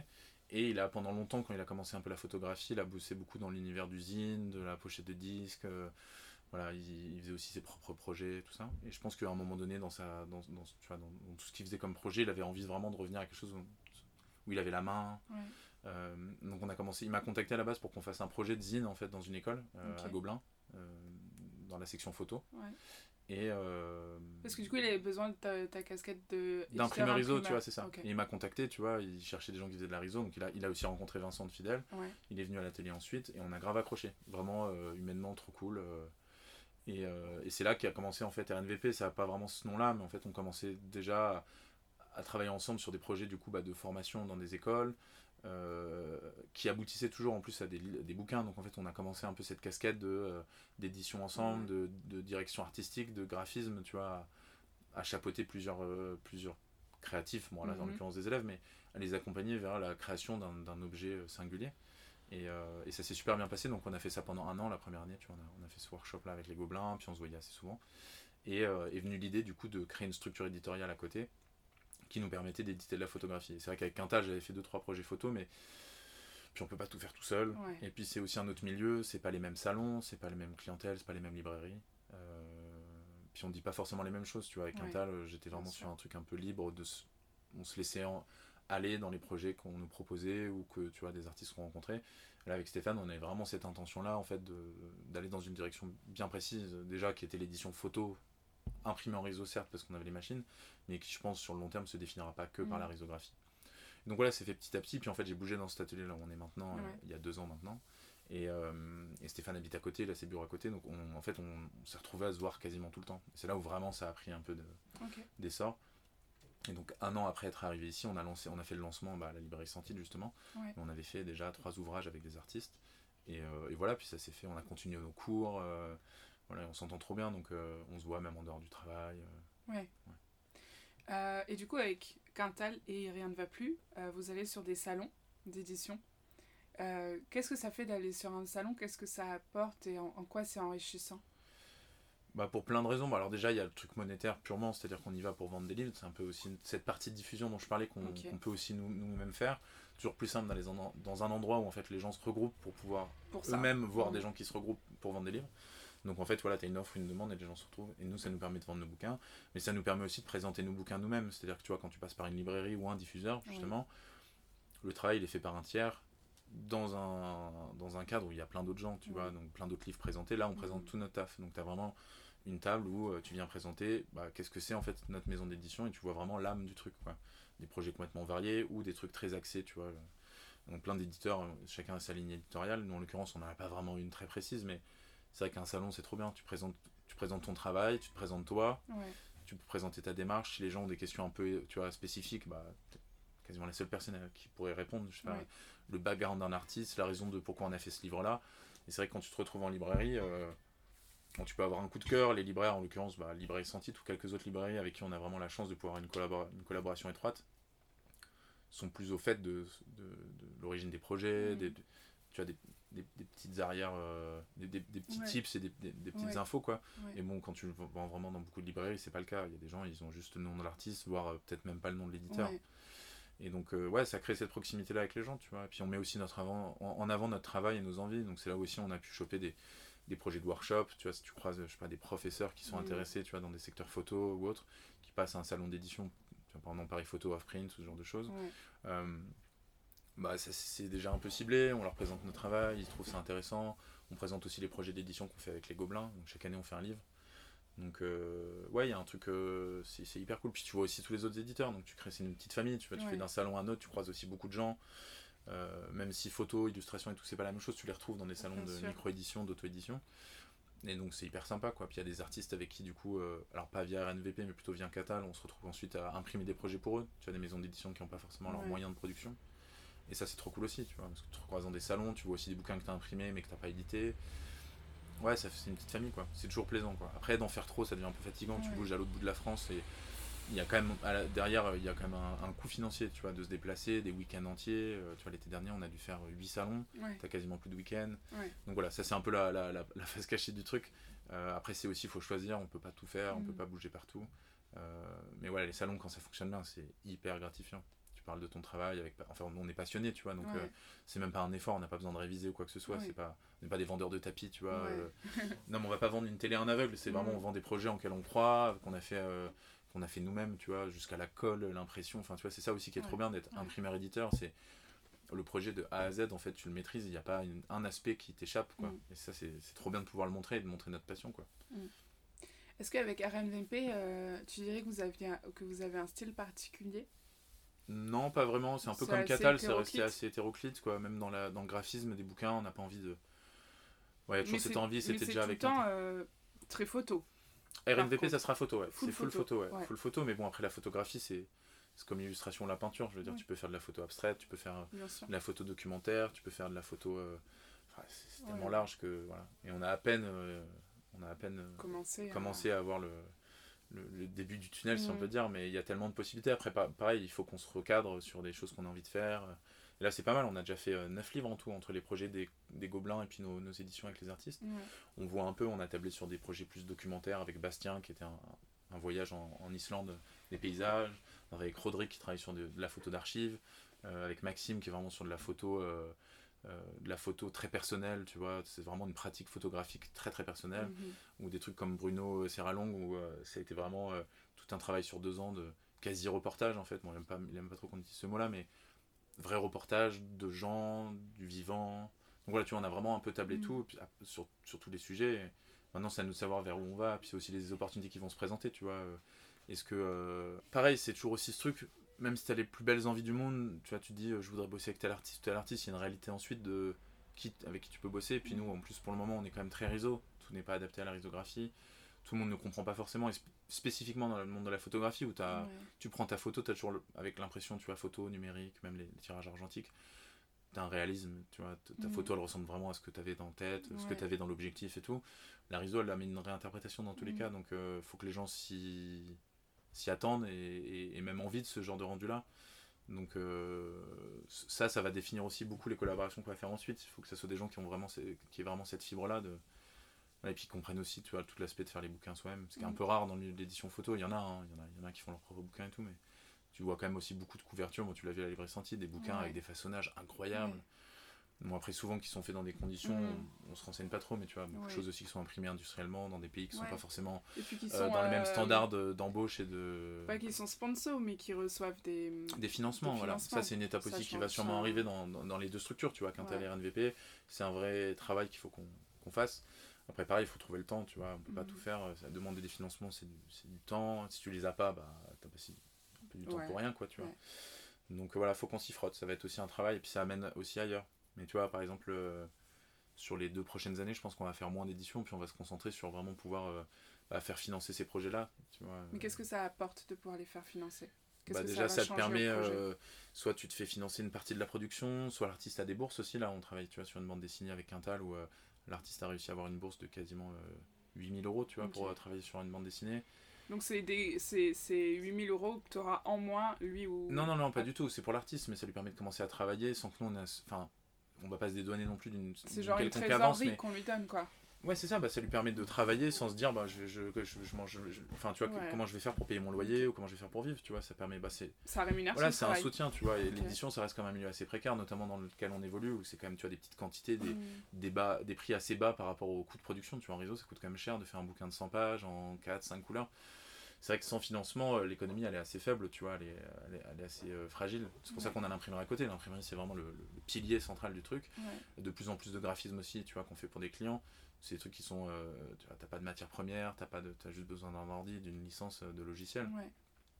Et il a, pendant longtemps, quand il a commencé un peu la photographie, il a bossé beaucoup dans l'univers du zine, de la pochette de disque. Euh, voilà, il, il faisait aussi ses propres projets, tout ça. Et je pense qu'à un moment donné, dans, sa, dans, dans, tu vois, dans, dans tout ce qu'il faisait comme projet, il avait envie vraiment de revenir à quelque chose où, où il avait la main. Ouais. Euh, donc on a commencé, il m'a contacté à la base pour qu'on fasse un projet de zine en fait dans une école euh, okay. à Gobelin, euh, dans la section photo. Ouais. Et euh, parce que du coup il avait besoin de ta, ta casquette de d'imprimeur I S O, tu vois, c'est ça. Okay. Et il m'a contacté, tu vois, il cherchait des gens qui faisaient de la I S O, donc il a, il a aussi rencontré Vincent de Fidèle. Ouais. Il est venu à l'atelier ensuite et on a grave accroché, vraiment euh, humainement trop cool. Euh, et, euh, et c'est là qu'a commencé en fait R N V P. Ça n'a pas vraiment ce nom-là, mais en fait on commençait déjà à, à travailler ensemble sur des projets du coup bah, de formation dans des écoles. Euh, qui aboutissait toujours en plus à des, des bouquins, donc en fait on a commencé un peu cette casquette de, euh, d'édition ensemble, ouais. de, de direction artistique, de graphisme, tu vois, à, à chapeauter plusieurs, euh, plusieurs créatifs, bon là mm-hmm. en l'occurrence des élèves, mais à les accompagner vers la création d'un, d'un objet singulier. Et, euh, et ça s'est super bien passé, donc on a fait ça pendant un an la première année, tu vois, on a, on a fait ce workshop là avec les Gobelins, puis on se voyait assez souvent. Et euh, est venue l'idée du coup de créer une structure éditoriale à côté, qui nous permettait d'éditer de la photographie. Et c'est vrai qu'avec Quintal, j'avais fait deux trois projets photos, mais puis on peut pas tout faire tout seul. Ouais. Et puis c'est aussi un autre milieu, c'est pas les mêmes salons, c'est pas les mêmes clientèles, c'est pas les mêmes librairies. Euh... Puis on dit pas forcément les mêmes choses, tu vois. Avec ouais. Quintal, j'étais vraiment sur un truc un peu libre, de se... on se laissait en... aller dans les projets qu'on nous proposait ou que tu vois des artistes qu'on rencontrait. Là avec Stéphane, on avait vraiment cette intention-là en fait de... d'aller dans une direction bien précise, déjà qui était l'édition photo. Imprimé en réseau certes parce qu'on avait les machines, mais qui je pense sur le long terme se définira pas que mmh. par la risographie. Donc voilà, c'est fait petit à petit, puis en fait j'ai bougé dans cet atelier là où on est maintenant, ouais. euh, il y a deux ans maintenant, et, euh, et Stéphane habite à côté, là c'est bureau à côté, donc on, en fait on, on s'est retrouvés à se voir quasiment tout le temps. Et c'est là où vraiment ça a pris un peu de, okay. d'essor. Et donc un an après être arrivé ici, on a, lancé, on a fait le lancement bah, à la librairie Sentile justement, ouais. on avait fait déjà trois ouvrages avec des artistes, et, euh, et voilà, puis ça s'est fait, on a continué nos cours, euh, voilà, on s'entend trop bien, donc euh, on se voit même en dehors du travail. Euh, ouais. ouais. Euh, et du coup, avec Quintal et Rien ne va plus, euh, vous allez sur des salons d'édition. Euh, qu'est-ce que ça fait d'aller sur un salon ? Qu'est-ce que ça apporte et en, en quoi c'est enrichissant ? Bah pour plein de raisons. Bah alors déjà, il y a le truc monétaire purement, c'est-à-dire qu'on y va pour vendre des livres. C'est un peu aussi cette partie de diffusion dont je parlais qu'on, okay. qu'on peut aussi nous, nous-mêmes faire. Toujours plus simple d'aller dans, dans un endroit où en fait les gens se regroupent pour pouvoir pour eux-mêmes voir mmh. des gens qui se regroupent pour vendre des livres. Donc en fait, voilà, tu as une offre, une demande et les gens se retrouvent. Et nous, ça nous permet de vendre nos bouquins. Mais ça nous permet aussi de présenter nos bouquins nous-mêmes. C'est-à-dire que tu vois, quand tu passes par une librairie ou un diffuseur, justement, oui. le travail il est fait par un tiers dans un, dans un cadre où il y a plein d'autres gens, tu oui. vois, donc plein d'autres livres présentés. Là, on présente mmh. tout notre taf. Donc tu as vraiment une table où euh, tu viens présenter bah, qu'est-ce que c'est en fait notre maison d'édition et tu vois vraiment l'âme du truc, quoi. Des projets complètement variés ou des trucs très axés, tu vois. Donc plein d'éditeurs, chacun a sa ligne éditoriale. Nous, en l'occurrence, on n'en a pas vraiment une très précise, mais c'est vrai qu'un salon c'est trop bien, tu présentes, tu présentes ton travail, tu te présentes toi, ouais. tu peux présenter ta démarche, si les gens ont des questions un peu tu vois, spécifiques, bah, t'es quasiment la seule personne qui pourrait répondre, je sais pas, ouais. le background d'un artiste, la raison de pourquoi on a fait ce livre là, et c'est vrai que quand tu te retrouves en librairie, euh, quand tu peux avoir un coup de cœur, les libraires en l'occurrence, bah, Librairie Sentite ou quelques autres librairies avec qui on a vraiment la chance de pouvoir avoir une, collabora- une collaboration étroite, sont plus au fait de, de, de l'origine des projets, mmh. des, de, tu as des Des, des petites arrières, euh, des, des, des petits ouais. tips et des, des, des petites ouais. infos, quoi. Ouais. Et bon, quand tu le vends vraiment dans beaucoup de librairies, c'est pas le cas. Il y a des gens, ils ont juste le nom de l'artiste, voire euh, peut-être même pas le nom de l'éditeur. Ouais. Et donc, euh, ouais, ça crée cette proximité-là avec les gens, tu vois. Et puis on met aussi notre avant, en, en avant notre travail et nos envies. Donc c'est là où aussi on a pu choper des, des projets de workshop. Tu vois, si tu croises, je sais pas, des professeurs qui sont mmh. intéressés, tu vois, dans des secteurs photo ou autres, qui passent à un salon d'édition, tu vois, par exemple Paris Photo, Offprint, ce genre de choses. Ouais. Euh, Bah, ça, c'est déjà un peu ciblé, on leur présente notre travail, ils trouvent ça intéressant. On présente aussi les projets d'édition qu'on fait avec les Gobelins, donc chaque année on fait un livre. Donc euh, ouais, il y a un truc, euh, c'est, c'est hyper cool. Puis tu vois aussi tous les autres éditeurs, donc tu crées, c'est une petite famille, tu vois, tu ouais. fais d'un salon à un autre, tu croises aussi beaucoup de gens. Euh, même si photo, illustration et tout, c'est pas la même chose, tu les retrouves dans des salons Bien de sûr. micro-édition, d'auto-édition. Et donc c'est hyper sympa, quoi. Puis il y a des artistes avec qui, du coup, euh, alors pas via R N V P, mais plutôt via Quintal, on se retrouve ensuite à imprimer des projets pour eux. Tu as des maisons d'édition qui n'ont pas forcément ouais. leurs moyens de production. Et ça c'est trop cool aussi, tu vois, parce que tu te croises dans des salons, tu vois aussi des bouquins que tu as imprimés mais que tu n'as pas édité. Ouais, ça, c'est une petite famille, quoi. C'est toujours plaisant, quoi. Après, d'en faire trop, ça devient un peu fatigant. Ouais. Tu bouges à l'autre bout de la France et il y a quand même, la, derrière, il y a quand même un, un coût financier, tu vois, de se déplacer, des week-ends entiers. Euh, tu vois, l'été dernier, on a dû faire huit salons. Ouais. Tu as quasiment plus de week-ends. Ouais. Donc voilà, ça c'est un peu la, la, la, la face cachée du truc. Euh, après, c'est aussi, il faut choisir, on peut pas tout faire, mmh. on peut pas bouger partout. Euh, mais voilà, les salons, quand ça fonctionne bien, c'est hyper gratifiant. tu parles de ton travail, avec, enfin on est passionné, tu vois, donc ouais. euh, c'est même pas un effort, on n'a pas besoin de réviser ou quoi que ce soit, ouais. c'est pas, on n'est pas des vendeurs de tapis, tu vois. Ouais. Euh, non mais on va pas vendre une télé à un aveugle, c'est vraiment, mm. on vend des projets en lesquels on croit, qu'on a fait, euh, qu'on a fait nous-mêmes, tu vois, jusqu'à la colle, l'impression, enfin tu vois, c'est ça aussi qui est ouais. trop bien d'être ouais. imprimeur-éditeur, c'est le projet de A à Z, en fait, tu le maîtrises, il n'y a pas une, un aspect qui t'échappe, quoi. Mm. Et ça, c'est, c'est trop bien de pouvoir le montrer et de montrer notre passion, quoi. Mm. Est-ce qu'avec R N V P, euh, tu dirais que vous, aviez un, que vous avez un style particulier ? Non, pas vraiment. C'est un peu c'est comme Catal, c'est resté assez hétéroclite, quoi. Même dans, la, dans le graphisme des bouquins, on n'a pas envie de... Ouais, il y a toujours cette envie, c'était déjà avec... Mais c'est tout le temps euh, très photo. R N V P, ça sera photo, ouais. Full c'est full photo, photo, ouais. ouais. Full photo, mais bon, après la photographie, c'est... C'est comme l'illustration ou la peinture, je veux dire, ouais. tu peux faire de la photo abstraite, tu peux faire de la photo documentaire, tu peux faire de la photo... Euh... Enfin, c'est, c'est tellement ouais. large que... Voilà. Et on a à peine... Euh... On a à peine euh, commencé, commencé à... à avoir le... Le, le début du tunnel, mmh. si on peut Mm. dire, mais il y a tellement de possibilités. Après, pareil, il faut qu'on se recadre sur des choses qu'on a envie de faire. Et là, c'est pas mal, on a déjà fait euh, neuf livres en tout, entre les projets des, des Gobelins et puis nos, nos éditions avec les artistes. Mmh. On voit un peu, on a tablé sur des projets plus documentaires avec Bastien, qui était un, un voyage en, en Islande, des paysages, avec Roderick, qui travaille sur de, de la photo d'archives, euh, avec Maxime, qui est vraiment sur de la photo... Euh, Euh, de la photo très personnelle, tu vois, c'est vraiment une pratique photographique très très personnelle, mmh. ou des trucs comme Bruno Serralong où euh, ça a été vraiment euh, tout un travail sur deux ans de quasi-reportage en fait, bon, il n'aime pas, il aime pas trop qu'on utilise ce mot-là, mais vrai reportage de gens, du vivant, donc voilà, tu vois, on a vraiment un peu tablé mmh. tout, puis, sur, sur tous les sujets, et maintenant c'est à nous de savoir vers où on va, puis c'est aussi les opportunités qui vont se présenter, tu vois, est-ce que, euh... pareil, c'est toujours aussi ce truc, même si tu as les plus belles envies du monde, tu vois, tu te dis euh, je voudrais bosser avec tel artiste ou tel artiste, il y a une réalité ensuite de qui, avec qui tu peux bosser. Et puis nous, en plus, pour le moment, on est quand même très réseau, tout n'est pas adapté à la risographie, tout le monde ne comprend pas forcément, et sp- spécifiquement dans le monde de la photographie où t'as, ouais. tu prends ta photo, tu as toujours le, avec l'impression, tu as photo numérique, même les, les tirages argentiques, tu as un réalisme, tu vois, ta mmh. photo elle ressemble vraiment à ce que tu avais dans la tête, ouais. ce que tu avais dans l'objectif et tout. La riso, elle a mis une réinterprétation dans tous mmh. les cas, donc il euh, faut que les gens s'y, s'y attendent et, et, et même envie de ce genre de rendu-là. Donc euh, ça, ça va définir aussi beaucoup les collaborations qu'on va faire ensuite. Il faut que ça soit des gens qui ont vraiment, qui aient vraiment cette fibre-là, de... et puis qui comprennent aussi, tu vois, tout l'aspect de faire les bouquins soi-même. Ce qui est un peu rare dans le milieu de l'édition photo. Il y en a, hein, il y en a, il y en a qui font leurs propres bouquins et tout, mais tu vois quand même aussi beaucoup de couvertures. Bon, tu l'as vu à la librairie Senti, des bouquins ouais. avec des façonnages incroyables. Ouais. Bon, après, souvent, qui sont faits dans des conditions, mmh. on, on se renseigne pas trop, mais tu vois, beaucoup de ouais. choses aussi qui sont imprimées industriellement dans des pays qui ouais. sont pas forcément qui euh, sont, dans euh, les mêmes standards de, d'embauche et de... Pas qu'ils sont sponsors, mais qui reçoivent des... Des financements, des voilà. Financements. Ça, c'est une étape ça, aussi qui va sûrement ça... arriver dans, dans, dans les deux structures, tu vois, Quintal ouais. et R N V P. C'est un vrai travail qu'il faut qu'on, qu'on fasse. Après, pareil, il faut trouver le temps, tu vois, on peut mmh. pas tout faire. Ça, demander des financements, c'est du, c'est du temps. Si tu les as pas, bah, t'as pas si, un peu du temps ouais. pour rien, quoi, tu vois. Ouais. Donc voilà, faut qu'on s'y frotte. Ça va être aussi un travail, et puis ça amène aussi ailleurs. Mais tu vois, par exemple, euh, sur les deux prochaines années, je pense qu'on va faire moins d'éditions, puis on va se concentrer sur vraiment pouvoir euh, bah, faire financer ces projets-là. Tu vois. Mais qu'est-ce que ça apporte de pouvoir les faire financer ? Qu'est-ce bah, que déjà, ça, ça te permet, euh, soit tu te fais financer une partie de la production, soit l'artiste a des bourses aussi. Là, on travaille tu vois, sur une bande dessinée avec Quintal, où euh, l'artiste a réussi à avoir une bourse de quasiment euh, huit mille euros, tu vois, okay. pour euh, travailler sur une bande dessinée. Donc c'est, des, c'est, c'est huit mille euros que tu auras en moins, lui ou... Non, non, non, pas ah. du tout. C'est pour l'artiste, mais ça lui permet de commencer à travailler sans que nous, on a... Enfin, on va pas se dédouaner non plus d'une, c'est d'une genre quelconque une avance, mais qu'on lui donne quoi. Ouais, c'est ça, bah, ça lui permet de travailler sans se dire bah je je je, je mange je, enfin tu vois ouais. comment je vais faire pour payer mon loyer ou comment je vais faire pour vivre, tu vois, ça permet bah c'est ça rémunère voilà, c'est travail. Un soutien, tu vois, et okay. l'édition ça reste quand même un milieu assez précaire notamment dans lequel on évolue où c'est quand même tu vois des petites quantités, des mmh. des bas des prix assez bas par rapport au coût de production, tu vois, en réseau ça coûte quand même cher de faire un bouquin de cent pages en quatre cinq couleurs. C'est vrai que sans financement, l'économie elle est assez faible, tu vois, elle est, elle est, elle est assez euh, fragile. C'est pour ouais. ça qu'on a l'imprimerie à côté. L'imprimerie c'est vraiment le, le, le pilier central du truc. Ouais. De plus en plus de graphisme aussi, tu vois, qu'on fait pour des clients. C'est des trucs qui sont, euh, tu vois, t'as pas de matière première, t'as pas de, t'as juste besoin d'un ordi, d'une licence de logiciel. Ouais.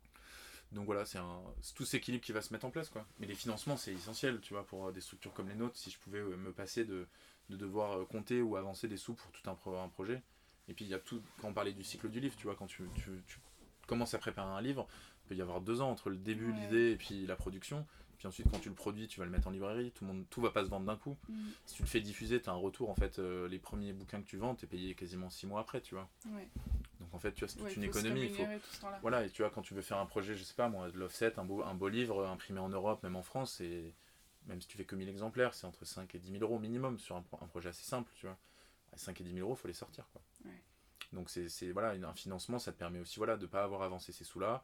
Donc voilà, c'est, un, c'est tout cet équilibre qui va se mettre en place, quoi. Mais les financements c'est essentiel, tu vois, pour des structures comme les nôtres. Si je pouvais me passer de, de devoir compter ou avancer des sous pour tout un, pro, un projet. Et puis il y a tout, quand on parlait du cycle du livre, tu vois, quand tu, tu, tu commences à préparer un livre, il peut y avoir deux ans entre le début, ouais. l'idée et puis la production. Puis ensuite, quand tu le produis, tu vas le mettre en librairie, tout le monde, tout va pas se vendre d'un coup. Mmh. Si tu le fais diffuser, tu as un retour, en fait, euh, les premiers bouquins que tu vends, tu es payé quasiment six mois après, tu vois. Ouais. Donc en fait, tu vois, c'est toute ouais, une faut économie. Il faut... Voilà, et tu vois, quand tu veux faire un projet, je sais pas moi, de l'offset, un beau, un beau livre imprimé en Europe, même en France, c'est... même si tu fais que mille exemplaires, c'est entre cinq et dix mille euros minimum sur un, un projet assez simple, tu vois. À cinq et dix mille euros, il faut les sortir, quoi. Ouais. Donc c'est, c'est voilà, un financement, ça te permet aussi voilà, de ne pas avoir avancé ces sous-là,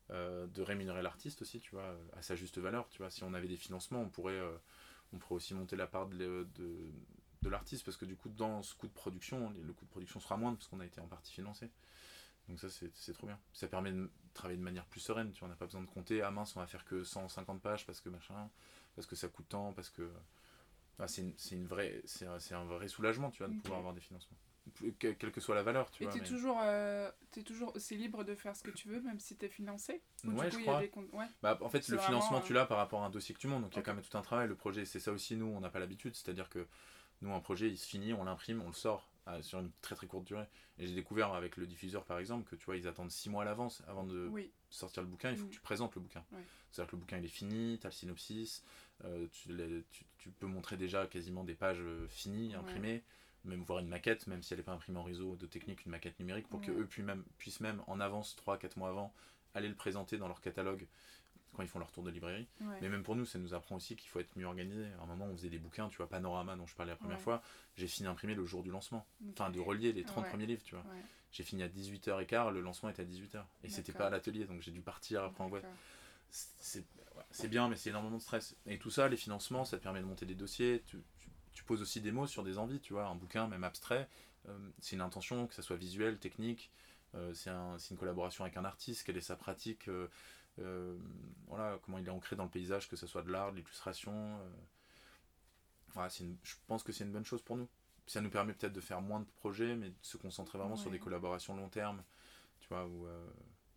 euh, de rémunérer l'artiste aussi, tu vois, à sa juste valeur, tu vois. Si on avait des financements, on pourrait, euh, on pourrait aussi monter la part de, de, de l'artiste, parce que du coup, dans ce coût de production, le coût de production sera moindre, parce qu'on a été en partie financé. Donc ça, c'est, c'est trop bien. Ça permet de travailler de manière plus sereine, tu vois. On n'a pas besoin de compter, ah mince, on va faire que cent cinquante pages, parce que machin, parce que ça coûte tant, parce que... Ah, c'est, une, c'est, une vraie, c'est, un, c'est un vrai soulagement, tu vois, de okay. pouvoir avoir des financements. Quelle que soit la valeur, tu et vois. Et t'es, mais... toujours, euh, t'es toujours aussi libre de faire ce que tu veux, même si t'es financé? Ou ouais, du coup, je crois. Des comptes... ouais. Bah, en fait, c'est le vraiment, financement, euh... tu l'as par rapport à un dossier que tu montes, donc il okay. y a quand même tout un travail. Le projet, c'est ça aussi, nous, on n'a pas l'habitude. C'est-à-dire que nous, un projet, il se finit, on l'imprime, on le sort euh, sur une très très courte durée. Et j'ai découvert avec le diffuseur, par exemple, que tu vois, ils attendent six mois à l'avance avant de oui. sortir le bouquin. Il faut mmh. que tu présentes le bouquin. Ouais. C'est-à-dire que le bouquin, il est fini, tu as le synopsis, euh, tu, tu, tu peux montrer déjà quasiment des pages finies, imprimées. Ouais. Même voir une maquette, même si elle n'est pas imprimée en réseau de technique, une maquette numérique, pour ouais. qu'eux puissent même, puissent même en avance, trois à quatre mois avant, aller le présenter dans leur catalogue quand ils font leur tour de librairie. Ouais. Mais même pour nous, ça nous apprend aussi qu'il faut être mieux organisé. À un moment, on faisait des bouquins, tu vois, Panorama dont je parlais la première ouais. fois, j'ai fini d'imprimer le jour du lancement. Okay. Enfin, de relier les trente ouais. premiers livres, tu vois. Ouais. J'ai fini à dix-huit heures quinze, le lancement était à dix-huit heures. Et D'accord. c'était pas à l'atelier, donc j'ai dû partir après en web. C'est, c'est, c'est bien, mais c'est énormément de stress. Et tout ça, les financements, ça te permet de monter des dossiers, tu, tu, tu poses aussi des mots sur des envies, tu vois, un bouquin, même abstrait, euh, c'est une intention, que ça soit visuel, technique, euh, c'est, un, c'est une collaboration avec un artiste, quelle est sa pratique, euh, euh, voilà, comment il est ancré dans le paysage, que ce soit de l'art, de l'illustration. Euh, voilà, c'est une, je pense que c'est une bonne chose pour nous. Ça nous permet peut-être de faire moins de projets, mais de se concentrer vraiment ouais. sur des collaborations long terme, tu vois, où... Euh,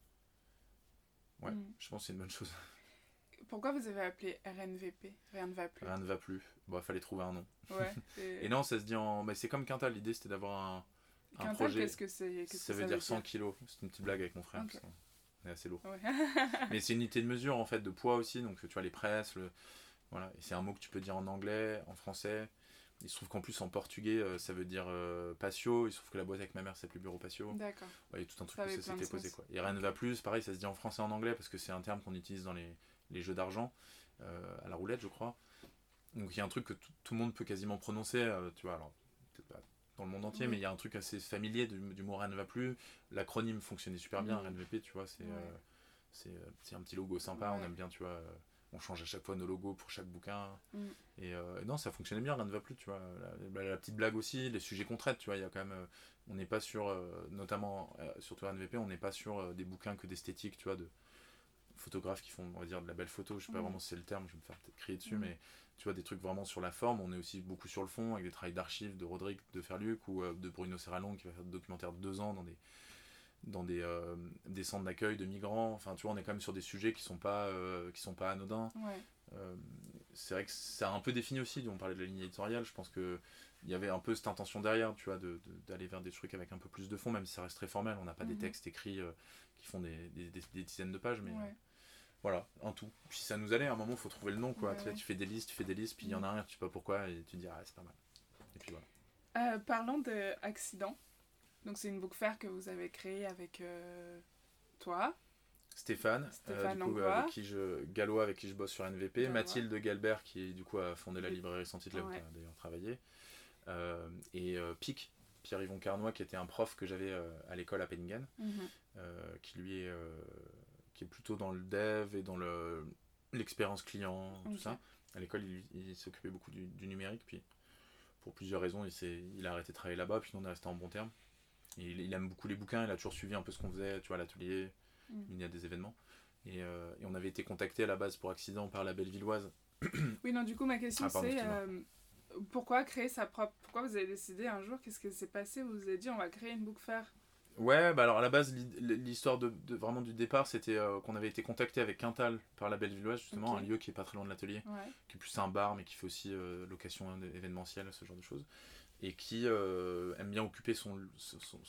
ouais, mm. je pense que c'est une bonne chose. Pourquoi vous avez appelé R N V P? Rien ne va plus. Rien ne va plus. Bon, il fallait trouver un nom. Ouais. Et... et non, ça se dit en... Mais c'est comme Quintal, l'idée c'était d'avoir un, un Quintal, projet. Qu'est-ce que c'est qu'est-ce ça, que veut ça dire veut cent dire kilos. C'est une petite blague avec mon frère. Okay. On est assez lourd. Ouais. Mais c'est une unité de mesure en fait, de poids aussi. Donc tu vois, les presses, le... voilà. Et c'est un mot que tu peux dire en anglais, en français. Il se trouve qu'en plus en portugais, euh, ça veut dire euh, patio. Il se trouve que la boîte avec ma mère s'appelait bureau patio. D'accord. Ouais, il y a tout un truc que ça s'était posé quoi. Et rien ne va plus, pareil, ça se dit en français et en anglais parce que c'est un terme qu'on utilise dans les, les jeux d'argent, euh, à la roulette, je crois. Donc il y a un truc que tout, tout le monde peut quasiment prononcer, euh, tu vois, alors peut-être pas dans le monde entier, oui. mais il y a un truc assez familier du, du mot rien ne va plus. L'acronyme fonctionnait super bien, mmh. R N V P, tu vois, c'est, ouais. euh, c'est, c'est un petit logo sympa, ouais. on aime bien, tu vois. Euh, on change à chaque fois nos logos pour chaque bouquin. Mm. Et euh, non, ça fonctionnait bien, rien ne va plus, tu vois. La, la, la petite blague aussi, les sujets qu'on traite, tu vois, il y a quand même... Euh, on n'est pas sur, euh, notamment, euh, surtout R N V P, on n'est pas sur euh, des bouquins que d'esthétique, tu vois, de photographes qui font, on va dire, de la belle photo. Je sais mm. pas vraiment si c'est le terme, je vais me faire peut-être crier dessus, mm. mais tu vois, des trucs vraiment sur la forme. On est aussi beaucoup sur le fond, avec des travails d'archives de Rodrigue de Ferluc ou euh, de Bruno Serralong, qui va faire des documentaires de deux ans dans des... dans des, euh, des centres d'accueil de migrants, enfin tu vois, on est quand même sur des sujets qui sont pas, euh, qui sont pas anodins. Ouais. Euh, c'est vrai que ça a un peu défini aussi, on parlait de la ligne éditoriale, je pense qu'il y avait un peu cette intention derrière, tu vois, de, de, d'aller vers des trucs avec un peu plus de fond, même si ça reste très formel, on n'a pas mm-hmm. des textes écrits euh, qui font des, des, des, des dizaines de pages, mais ouais. euh, voilà, un tout. Puis ça nous allait, à un moment, il faut trouver le nom, quoi. Ouais, tu, ouais. tu fais des listes, tu fais des listes, puis il mm-hmm. y en a un, tu sais pas pourquoi, et tu te dis, ah, c'est pas mal. Et puis voilà. Euh, parlons d'Accident. Donc c'est une book fair que vous avez créée avec euh, toi. Stéphane, Stéphane euh, du coup, avec qui je, Gallois avec qui je bosse sur N V P, Gallois. Mathilde Galbert qui du coup a fondé la librairie Sans Titre, là où ouais. tu as d'ailleurs travaillé, euh, et euh, Pic, Pierre-Yvon Carnois qui était un prof que j'avais euh, à l'école à Penningen, mm-hmm. euh, qui lui est, euh, qui est plutôt dans le dev et dans le, l'expérience client, okay. tout ça. À l'école il, il s'occupait beaucoup du, du numérique, puis pour plusieurs raisons il, s'est, il a arrêté de travailler là-bas, puis on est resté en bon terme. Il, il aime beaucoup les bouquins, il a toujours suivi un peu ce qu'on faisait, tu vois, à l'atelier, mm. il y a des événements. Et, euh, et on avait été contacté à la base pour Accident par la Bellevilloise. Oui, non, du coup, ma question ah, pardon, c'est euh, pourquoi créer sa propre. Pourquoi vous avez décidé un jour, qu'est-ce qui s'est passé? Vous vous avez dit, on va créer une book fair? Ouais, bah alors à la base, l'histoire de, de vraiment du départ, c'était euh, qu'on avait été contacté avec Quintal par la Bellevilloise, justement, okay. un lieu qui est pas très loin de l'atelier, ouais. qui est plus un bar, mais qui fait aussi euh, location événementielle, ce genre de choses. Et qui euh, aime bien occuper son, son, son,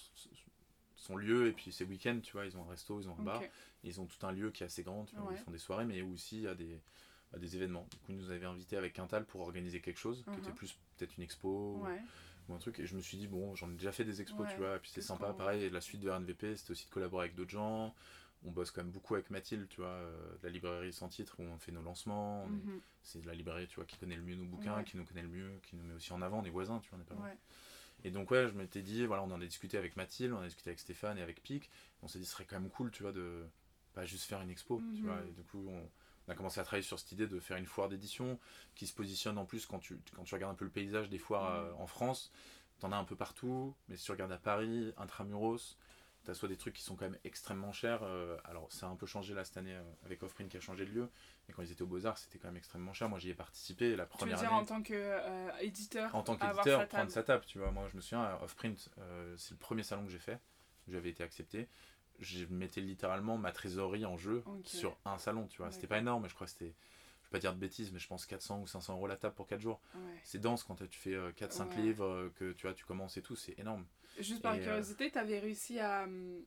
son lieu, et puis ses week-ends, tu vois, ils ont un resto, ils ont un bar, okay. ils ont tout un lieu qui est assez grand, tu vois, ouais. où ils font des soirées, mais aussi il y a des, bah, des événements. Du coup, ils nous avaient invités avec Quintal pour organiser quelque chose, uh-huh. qui était plus peut-être une expo, ouais. ou, ou un truc, et je me suis dit, bon, j'en ai déjà fait des expos, ouais. tu vois, et puis c'est sympa, pareil, et la suite de R N V P, c'était aussi de collaborer avec d'autres gens. On bosse quand même beaucoup avec Mathilde, tu vois, euh, de la librairie Sans Titre, où on fait nos lancements. On mm-hmm. est, c'est la librairie, tu vois, qui connaît le mieux nos bouquins, ouais. qui nous connaît le mieux, qui nous met aussi en avant, on est voisins, tu vois, on est pas loin. Ouais. Et donc, ouais, je m'étais dit, voilà, on en a discuté avec Mathilde, on a discuté avec Stéphane et avec Pic. On s'est dit, ce serait quand même cool, tu vois, de pas juste faire une expo, mm-hmm. tu vois. Et du coup, on, on a commencé à travailler sur cette idée de faire une foire d'édition qui se positionne en plus quand tu, quand tu regardes un peu le paysage des foires mm-hmm. euh, en France, t'en as un peu partout, mais si tu regardes à Paris, Intramuros, t'as soit des trucs qui sont quand même extrêmement chers, euh, alors ça a un peu changé là cette année euh, avec Offprint qui a changé de lieu, mais quand ils étaient au Beaux-Arts c'était quand même extrêmement cher. Moi j'y ai participé la première année. Tu veux dire année, en tant qu'éditeur euh, En tant qu'éditeur, prendre sa table, tu vois. Moi je me souviens, à Offprint, euh, c'est le premier salon que j'ai fait, j'avais été accepté, je mettais littéralement ma trésorerie en jeu okay. sur un salon, tu vois. D'accord. C'était pas énorme, mais je crois que c'était, je vais pas dire de bêtises, mais je pense quatre cents ou cinq cents euros la table pour quatre jours. Ouais. C'est dense quand tu fais euh, quatre cinq ouais. livres, euh, que tu vois, tu commences et tout, c'est énorme. Juste par et, curiosité, euh... tu avais réussi à,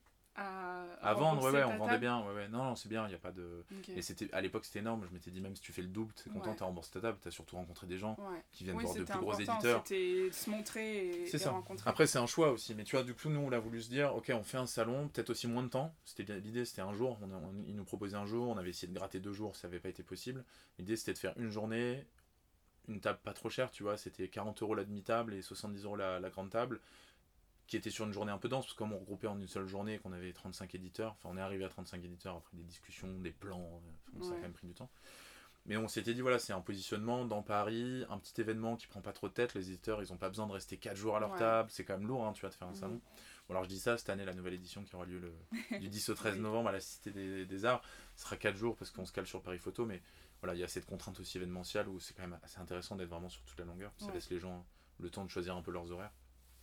à, à vendre, ouais, ouais, on vendait bien, ouais, ouais. Non, non, c'est bien, il n'y a pas de. Okay. Et c'était, à l'époque, c'était énorme. Je m'étais dit, même si tu fais le double, tu es content, ouais. tu as remboursé ta table, tu as surtout rencontré des gens ouais. qui viennent oui, voir de plus important, gros éditeurs. C'était se montrer et, c'est et ça. rencontrer. Après, c'est un choix aussi. Mais tu vois, du coup, nous, on a voulu se dire, ok, on fait un salon, peut-être aussi moins de temps. C'était l'idée, c'était un jour. On a, on, ils nous proposaient un jour, on avait essayé de gratter deux jours, ça n'avait pas été possible. L'idée, c'était de faire une journée, une table pas trop chère, tu vois, c'était quarante euros la demi-table et soixante-dix euros la, la grande table, qui était sur une journée un peu dense, parce que comme on regroupait en une seule journée, qu'on avait trente-cinq éditeurs, enfin on est arrivé à trente-cinq éditeurs après des discussions, des plans, enfin, ouais. ça a quand même pris du temps. Mais on s'était dit, voilà, c'est un positionnement dans Paris, un petit événement qui prend pas trop de tête, les éditeurs, ils ont pas besoin de rester quatre jours à leur ouais. table, c'est quand même lourd, hein, tu vois, de faire un mmh. salon. Bon, alors je dis ça, cette année, la nouvelle édition qui aura lieu le, du dix au treize oui. novembre à la Cité des, des Arts, ce sera quatre jours, parce qu'on se cale sur Paris Photo, mais voilà, il y a cette contrainte aussi événementielle où c'est quand même assez intéressant d'être vraiment sur toute la longueur, ça ouais. laisse les gens le temps de choisir un peu leurs horaires.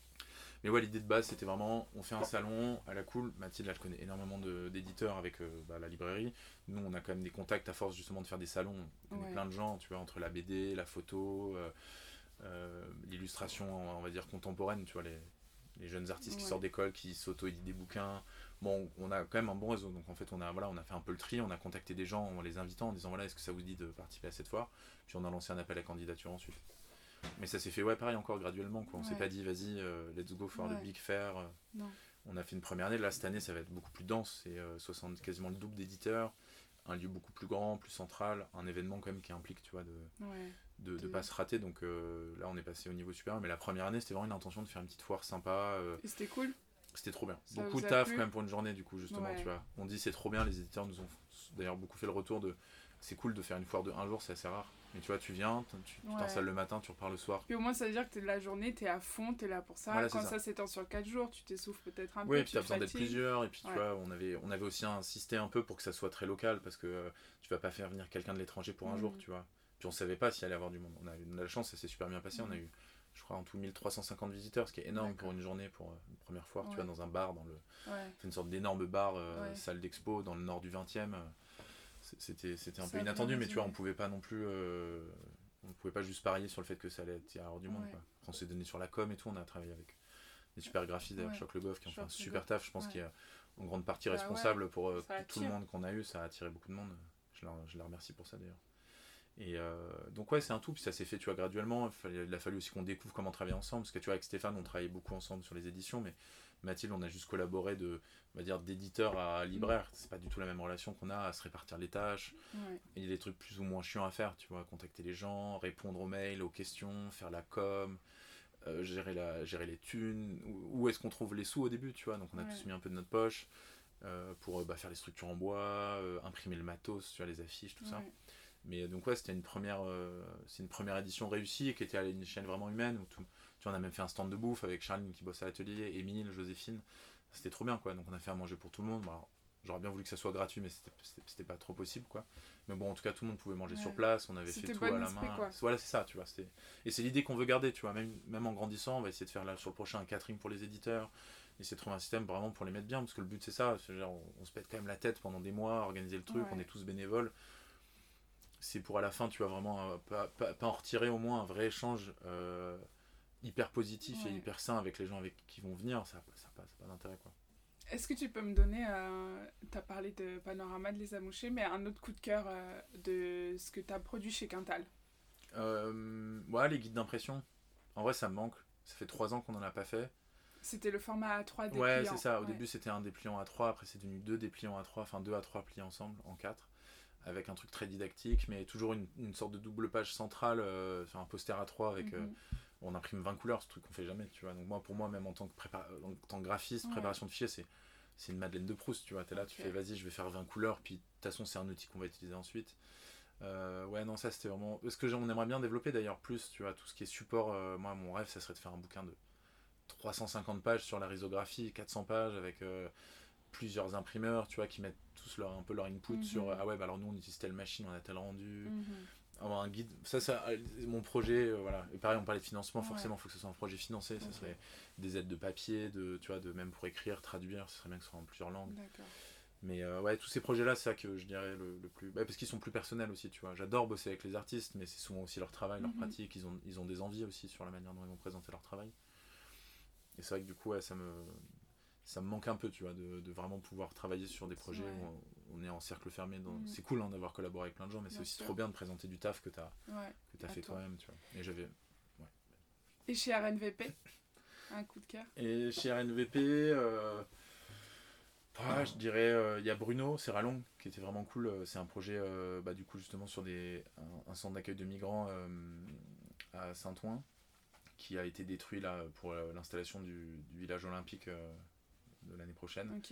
Mais ouais, l'idée de base, c'était vraiment, on fait un salon à la cool. Mathilde, elle connaît énormément de, d'éditeurs avec euh, bah, la librairie. Nous, on a quand même des contacts à force justement de faire des salons. On connaît ouais. plein de gens, tu vois, entre la B D, la photo, euh, euh, l'illustration, on va dire, contemporaine, tu vois, les, les jeunes artistes ouais. qui sortent d'école, qui s'auto-éditent des bouquins. Bon, on a quand même un bon réseau. Donc en fait, on a, voilà, on a fait un peu le tri, on a contacté des gens en les invitant, en disant, voilà, est-ce que ça vous dit de participer à cette foire ? Puis on a lancé un appel à candidature ensuite. Mais ça s'est fait ouais pareil encore graduellement quoi. On ouais. s'est pas dit vas-y euh, let's go faire ouais. le big fair. Non. On a fait une première année, là cette année ça va être beaucoup plus dense, c'est euh, soixante, quasiment le double d'éditeurs, un lieu beaucoup plus grand, plus central, un événement quand même qui implique tu vois de ouais. de, de, de pas se rater, donc euh, là on est passé au niveau supérieur, mais la première année c'était vraiment une intention de faire une petite foire sympa. Euh, Et c'était cool. C'était trop bien. Ça beaucoup de taf quand même pour une journée du coup justement ouais. tu vois. On dit c'est trop bien, les éditeurs nous ont d'ailleurs beaucoup fait le retour de c'est cool de faire une foire de un jour, c'est assez rare. Mais tu vois, tu viens, tu, tu ouais. t'installes le matin, tu repars le soir. Puis au moins, ça veut dire que t'es de la journée, t'es à fond, t'es là pour ça. Voilà, Quand ça, ça s'étend sur quatre jours, tu t'essouffles peut-être un oui, peu. Oui, puis t'as besoin d'être plusieurs. Et puis ouais. tu vois, on avait, on avait aussi insisté un peu pour que ça soit très local, parce que euh, tu vas pas faire venir quelqu'un de l'étranger pour un mmh. jour, tu vois. Puis on savait pas s'il allait y avoir du monde. On a eu de la chance, ça s'est super bien passé. Mmh. On a eu, je crois, en tout mille trois cent cinquante visiteurs, ce qui est énorme D'accord. pour une journée, pour une première foire, ouais. tu vois, dans un bar, dans le, ouais. une sorte d'énorme bar, euh, ouais. salle d'expo, dans le nord du vingtième. C'était, c'était un ça peu inattendu, mais tu vois, on pouvait pas non plus. Euh, on pouvait pas juste parier sur le fait que ça allait être y avoir du monde. Ouais. Quoi. On s'est donné sur la com et tout, on a travaillé avec des super graphistes, d'ailleurs, ouais. Choc Le Goff, qui ont fait un super taf, je pense ouais. qu'il est en grande partie bah responsable ouais. pour euh, tout le monde qu'on a eu, ça a attiré beaucoup de monde. Je la, je la remercie pour ça d'ailleurs. Et euh, donc ouais, c'est un tout, puis ça s'est fait tu vois, graduellement, il, fallait, il a fallu aussi qu'on découvre comment travailler ensemble, parce que tu vois, avec Stéphane, on travaillait beaucoup ensemble sur les éditions, mais Mathilde, on a juste collaboré de, on va dire, d'éditeur à libraire, c'est pas du tout la même relation qu'on a à se répartir les tâches, ouais. il y a des trucs plus ou moins chiants à faire, tu vois, contacter les gens, répondre aux mails, aux questions, faire la com, euh, gérer, la, gérer les thunes, où, où est-ce qu'on trouve les sous au début, tu vois, donc on a ouais. tous mis un peu de notre poche, euh, pour bah, faire les structures en bois, euh, imprimer le matos, tu vois, les affiches, tout ouais. ça. Mais donc ouais, c'était une première, euh, c'est une première édition réussie, qui était à une échelle vraiment humaine, où tout, tu vois, on a même fait un stand de bouffe avec Charline qui bosse à l'atelier, Émile, Joséphine, c'était trop bien quoi, donc on a fait à manger pour tout le monde. Bon, alors, j'aurais bien voulu que ça soit gratuit, mais c'était, c'était, c'était pas trop possible quoi. Mais bon, en tout cas, tout le monde pouvait manger ouais. sur place, on avait c'était fait tout à la main. Quoi. Voilà, c'est ça, tu vois. C'était... Et c'est l'idée qu'on veut garder, tu vois, même, même en grandissant, on va essayer de faire là sur le prochain un catering pour les éditeurs, essayer de trouver un système vraiment pour les mettre bien, parce que le but c'est ça, c'est genre, on, on se pète quand même la tête pendant des mois, organiser le truc, ouais. on est tous bénévoles. C'est pour à la fin, tu vois, vraiment, euh, pas, pas, pas en retirer au moins un vrai échange euh, hyper positif ouais. et hyper sain avec les gens avec qui vont venir, ça n'a ça, ça, ça pas d'intérêt, quoi. Est-ce que tu peux me donner, euh, tu as parlé de Panorama de Les Amouchés, mais un autre coup de cœur euh, de ce que tu as produit chez Quintal? euh, Ouais, les guides d'impression. En vrai, ça me manque. Ça fait trois ans qu'on n'en a pas fait. C'était le format A trois dépliant. Ouais, c'est ça. Au ouais. début, c'était un dépliant A trois, après c'est devenu deux dépliants A trois, enfin deux A trois pliés ensemble, en quatre. Avec un truc très dictique, mais toujours une, une sorte de double page centrale, euh, un poster A trois avec, mm-hmm. euh, on imprime vingt couleurs, ce truc qu'on fait jamais, tu vois. Donc moi, pour moi, même en tant que, prépa- en tant que graphiste, ouais. préparation de fichiers, c'est, c'est une Madeleine de Proust, tu vois. T'es là, okay. Tu fais vas-y, je vais faire vingt couleurs, puis de toute façon, c'est un outil qu'on va utiliser ensuite. Euh, ouais, non, ça c'était vraiment. Ce que on aimerait bien développer d'ailleurs plus, tu vois, tout ce qui est support. Euh, moi, mon rêve, ça serait de faire un bouquin de trois cent cinquante pages sur la risographie, quatre cents pages avec euh, plusieurs imprimeurs, tu vois, qui mettent tous leur, un peu leur input mm-hmm. sur ah ouais, bah alors nous on utilise telle machine, on a tel rendu. Mm-hmm. Avoir un guide, ça, ça, mon projet, euh, voilà. Et pareil, on parlait de financement, ouais. Forcément, il faut que ce soit un projet financé. Okay. Ça serait des aides de papier, de, tu vois, de même pour écrire, traduire, ce serait bien que ce soit en plusieurs langues. D'accord. Mais euh, ouais, tous ces projets-là, c'est ça que je dirais le, le plus. Ouais, parce qu'ils sont plus personnels aussi, tu vois. J'adore bosser avec les artistes, mais c'est souvent aussi leur travail, leur mm-hmm. pratique. Ils ont, ils ont des envies aussi sur la manière dont ils vont présenter leur travail. Et c'est vrai que du coup, ouais, ça me, ça me manque un peu, tu vois, de, de vraiment pouvoir travailler sur des projets ouais. où on, on est en cercle fermé. Dans... Mm-hmm. C'est cool hein, d'avoir collaboré avec plein de gens, mais bien c'est aussi sûr. Trop bien de présenter du taf que t'as, ouais. que t'as fait toi-même, tu vois. Et j'avais. Ouais. Et chez R N V P, un coup de cœur. Et chez R N V P. Euh... Ah, je dirais, il euh, y a Bruno Serralong qui était vraiment cool. C'est un projet, euh, bah, du coup, justement, sur des, un, un centre d'accueil de migrants euh, à Saint-Ouen qui a été détruit là, pour euh, l'installation du, du village olympique euh, de l'année prochaine. Okay.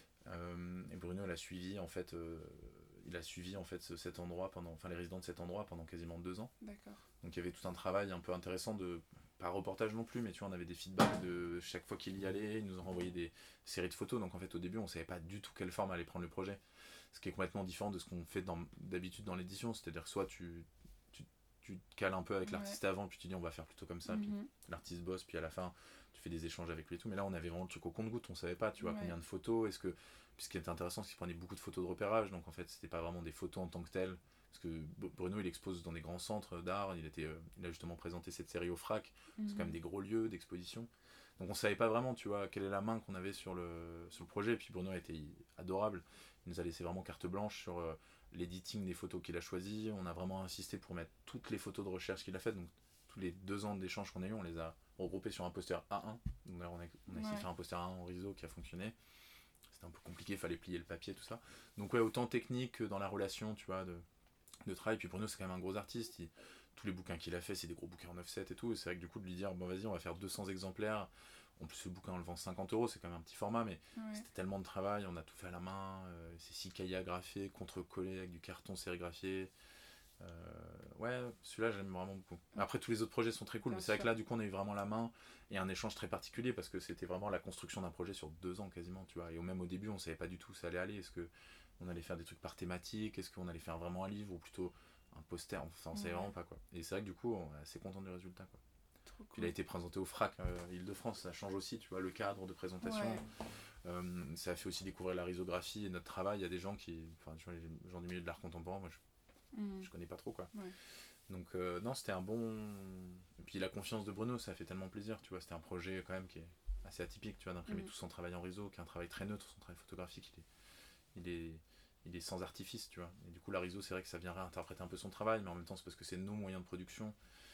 Euh, et Bruno, il a suivi, en fait, euh, il a suivi, en fait, cet endroit, pendant, enfin, les résidents de cet endroit pendant quasiment deux ans. D'accord. Donc, il y avait tout un travail un peu intéressant de. Pas reportage non plus, mais tu vois, on avait des feedbacks de chaque fois qu'il y allait, il nous a renvoyé des séries de photos, donc en fait au début on savait pas du tout quelle forme allait prendre le projet, ce qui est complètement différent de ce qu'on fait dans, d'habitude dans l'édition, c'est-à-dire que soit tu, tu, tu te cales un peu avec ouais. l'artiste avant, puis tu dis on va faire plutôt comme ça, mm-hmm. puis l'artiste bosse, puis à la fin tu fais des échanges avec lui et tout, mais là on avait vraiment le truc au compte-gouttes, on savait pas, tu vois, ouais. combien de photos, est-ce que, puis ce qui était intéressant c'est qu'il prenait beaucoup de photos de repérage, donc en fait c'était pas vraiment des photos en tant que telles. Parce que Bruno il expose dans des grands centres d'art, il, était, euh, il a justement présenté cette série au Frac, mm-hmm. c'est quand même des gros lieux d'exposition. Donc on savait pas vraiment, tu vois, quelle est la main qu'on avait sur le, sur le projet, et puis Bruno a été adorable, il nous a laissé vraiment carte blanche sur euh, l'editing des photos qu'il a choisies, on a vraiment insisté pour mettre toutes les photos de recherche qu'il a faites, donc tous les deux ans d'échanges qu'on a eu, on les a regroupés sur un poster A un, donc là on a, on a ouais. essayé de faire un poster A un en riso qui a fonctionné. C'était un peu compliqué, il fallait plier le papier, tout ça. Donc ouais, autant technique que dans la relation, tu vois, de... de travail, puis pour nous c'est quand même un gros artiste, il, tous les bouquins qu'il a fait c'est des gros bouquins en offset et tout, et c'est vrai que du coup de lui dire bon vas-y on va faire deux cents exemplaires, en plus le bouquin on le vend cinquante euros, c'est quand même un petit format, mais ouais. c'était tellement de travail, on a tout fait à la main, euh, c'est six cahiers agrafés, contre-collés avec du carton sérigraphié, euh, ouais celui-là j'aime vraiment beaucoup. Après tous les autres projets sont très cool, bien mais c'est sûr. Vrai que là du coup on a eu vraiment la main, et un échange très particulier parce que c'était vraiment la construction d'un projet sur deux ans quasiment, tu vois, et même au début on savait pas du tout où ça allait aller, est-ce que on allait faire des trucs par thématique, est-ce qu'on allait faire vraiment un livre ou plutôt un poster, enfin on savait ouais. vraiment pas quoi. Et c'est vrai que du coup on est assez content du résultat quoi. Trop cool. Il a été présenté au Frac euh, Île-de-France, ça change aussi, tu vois, le cadre de présentation. Ouais. Euh, ça a fait aussi découvrir la risographie et notre travail. Il y a des gens qui, enfin tu vois, les gens du milieu de l'art contemporain, moi je, mmh. je connais pas trop quoi. Ouais. Donc euh, non, c'était un bon. Et puis la confiance de Bruno, ça fait tellement plaisir, tu vois. C'était un projet quand même qui est assez atypique, tu vois, d'imprimer mmh. tout son travail en riso, qui est un travail très neutre, son travail photographique, il est, il est il est sans artifice, tu vois. Et du coup, la riso, c'est vrai que ça vient réinterpréter un peu son travail, mais en même temps, c'est parce que c'est nos moyens de production.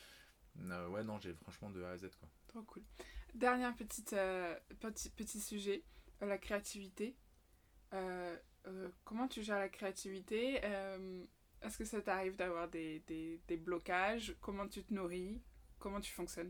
Euh, ouais, non, j'ai franchement de A à Z, quoi. Trop cool. Dernière petite, euh, petit, petit sujet, euh, la créativité. Euh, euh, comment tu gères la créativité euh, Est-ce que ça t'arrive d'avoir des, des, des blocages? Comment tu te nourris? Comment tu fonctionnes?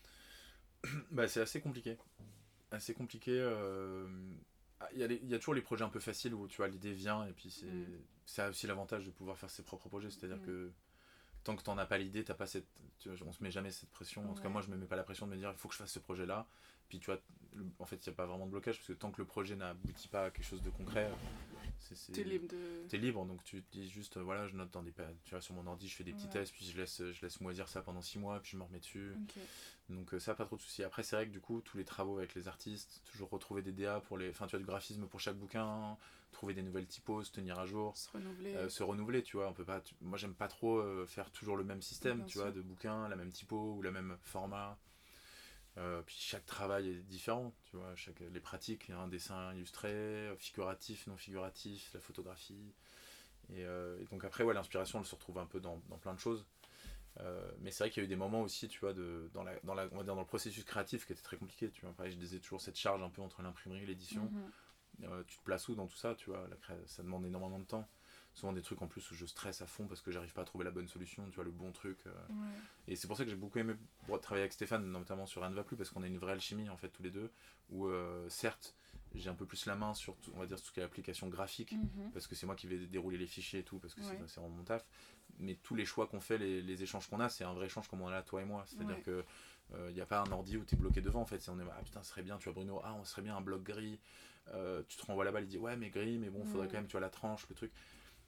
Bah, c'est assez compliqué. Assez compliqué. Euh... Il y, a les, il y a toujours les projets un peu faciles où tu vois l'idée vient et puis c'est, mm. ça a aussi l'avantage de pouvoir faire ses propres projets, c'est à dire mm. que tant que t'en as pas l'idée, t'as pas cette, tu vois, on se met jamais cette pression, en ouais. tout cas moi je me mets pas la pression de me dire il faut que je fasse ce projet là, puis tu vois le, en fait il n'y a pas vraiment de blocage parce que tant que le projet n'aboutit pas à quelque chose de concret, c'est, c'est, t'es libre de... t'es libre, donc tu te dis juste voilà je note dans des, tu vois sur mon ordi je fais des petits ouais. tests, puis je laisse, je laisse moisir ça pendant six mois, puis je me remets dessus. Okay. Donc ça pas trop de soucis. Après c'est vrai que du coup tous les travaux avec les artistes, toujours retrouver des D A pour les, enfin tu vois du graphisme pour chaque bouquin, trouver des nouvelles typos, se tenir à jour, se renouveler, euh, se renouveler, tu vois, on peut pas, tu... moi j'aime pas trop euh, faire toujours le même système, bien tu sûr. Vois, de bouquins, la même typo ou le même format. Euh, puis chaque travail est différent, tu vois, chaque les pratiques, il y a un dessin illustré, figuratif, non figuratif, la photographie. Et, euh, et donc après ouais l'inspiration elle se retrouve un peu dans, dans plein de choses. Euh, mais c'est vrai qu'il y a eu des moments aussi, tu vois, de, dans, la, dans, la, on va dire dans le processus créatif qui était très compliqué, tu vois. Pareil, je disais toujours cette charge un peu entre l'imprimerie et l'édition. Mm-hmm. Euh, tu te places où dans tout ça, tu vois, la cré... ça demande énormément de temps. Souvent des trucs en plus où je stresse à fond parce que j'arrive pas à trouver la bonne solution, tu vois, le bon truc. Euh... Ouais. Et c'est pour ça que j'ai beaucoup aimé travailler avec Stéphane, notamment sur Rien ne va plus, parce qu'on a une vraie alchimie en fait tous les deux, où euh, certes, j'ai un peu plus la main sur tout, on va dire tout ce qui est application graphique, mm-hmm. parce que c'est moi qui vais dérouler les fichiers et tout, parce que ouais. c'est, c'est vraiment mon taf. Mais tous les choix qu'on fait, les, les échanges qu'on a, c'est un vrai échange comme on a là, toi et moi. C'est-à-dire ouais. que il euh, n'y a pas un ordi où tu es bloqué devant, en fait. C'est, on est, ah putain, ce serait bien, tu vois Bruno, ah on serait bien un bloc gris. Euh, tu te renvoies la balle, il dit ouais mais gris, mais bon, il faudrait mm. quand même, tu vois, la tranche, le truc.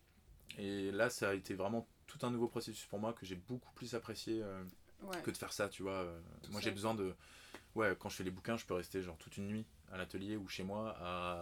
Et là, ça a été vraiment tout un nouveau processus pour moi que j'ai beaucoup plus apprécié euh, ouais. que de faire ça, tu vois. Euh, moi, j'ai besoin de... Ouais, quand je fais les bouquins, je peux rester genre toute une nuit à l'atelier ou chez moi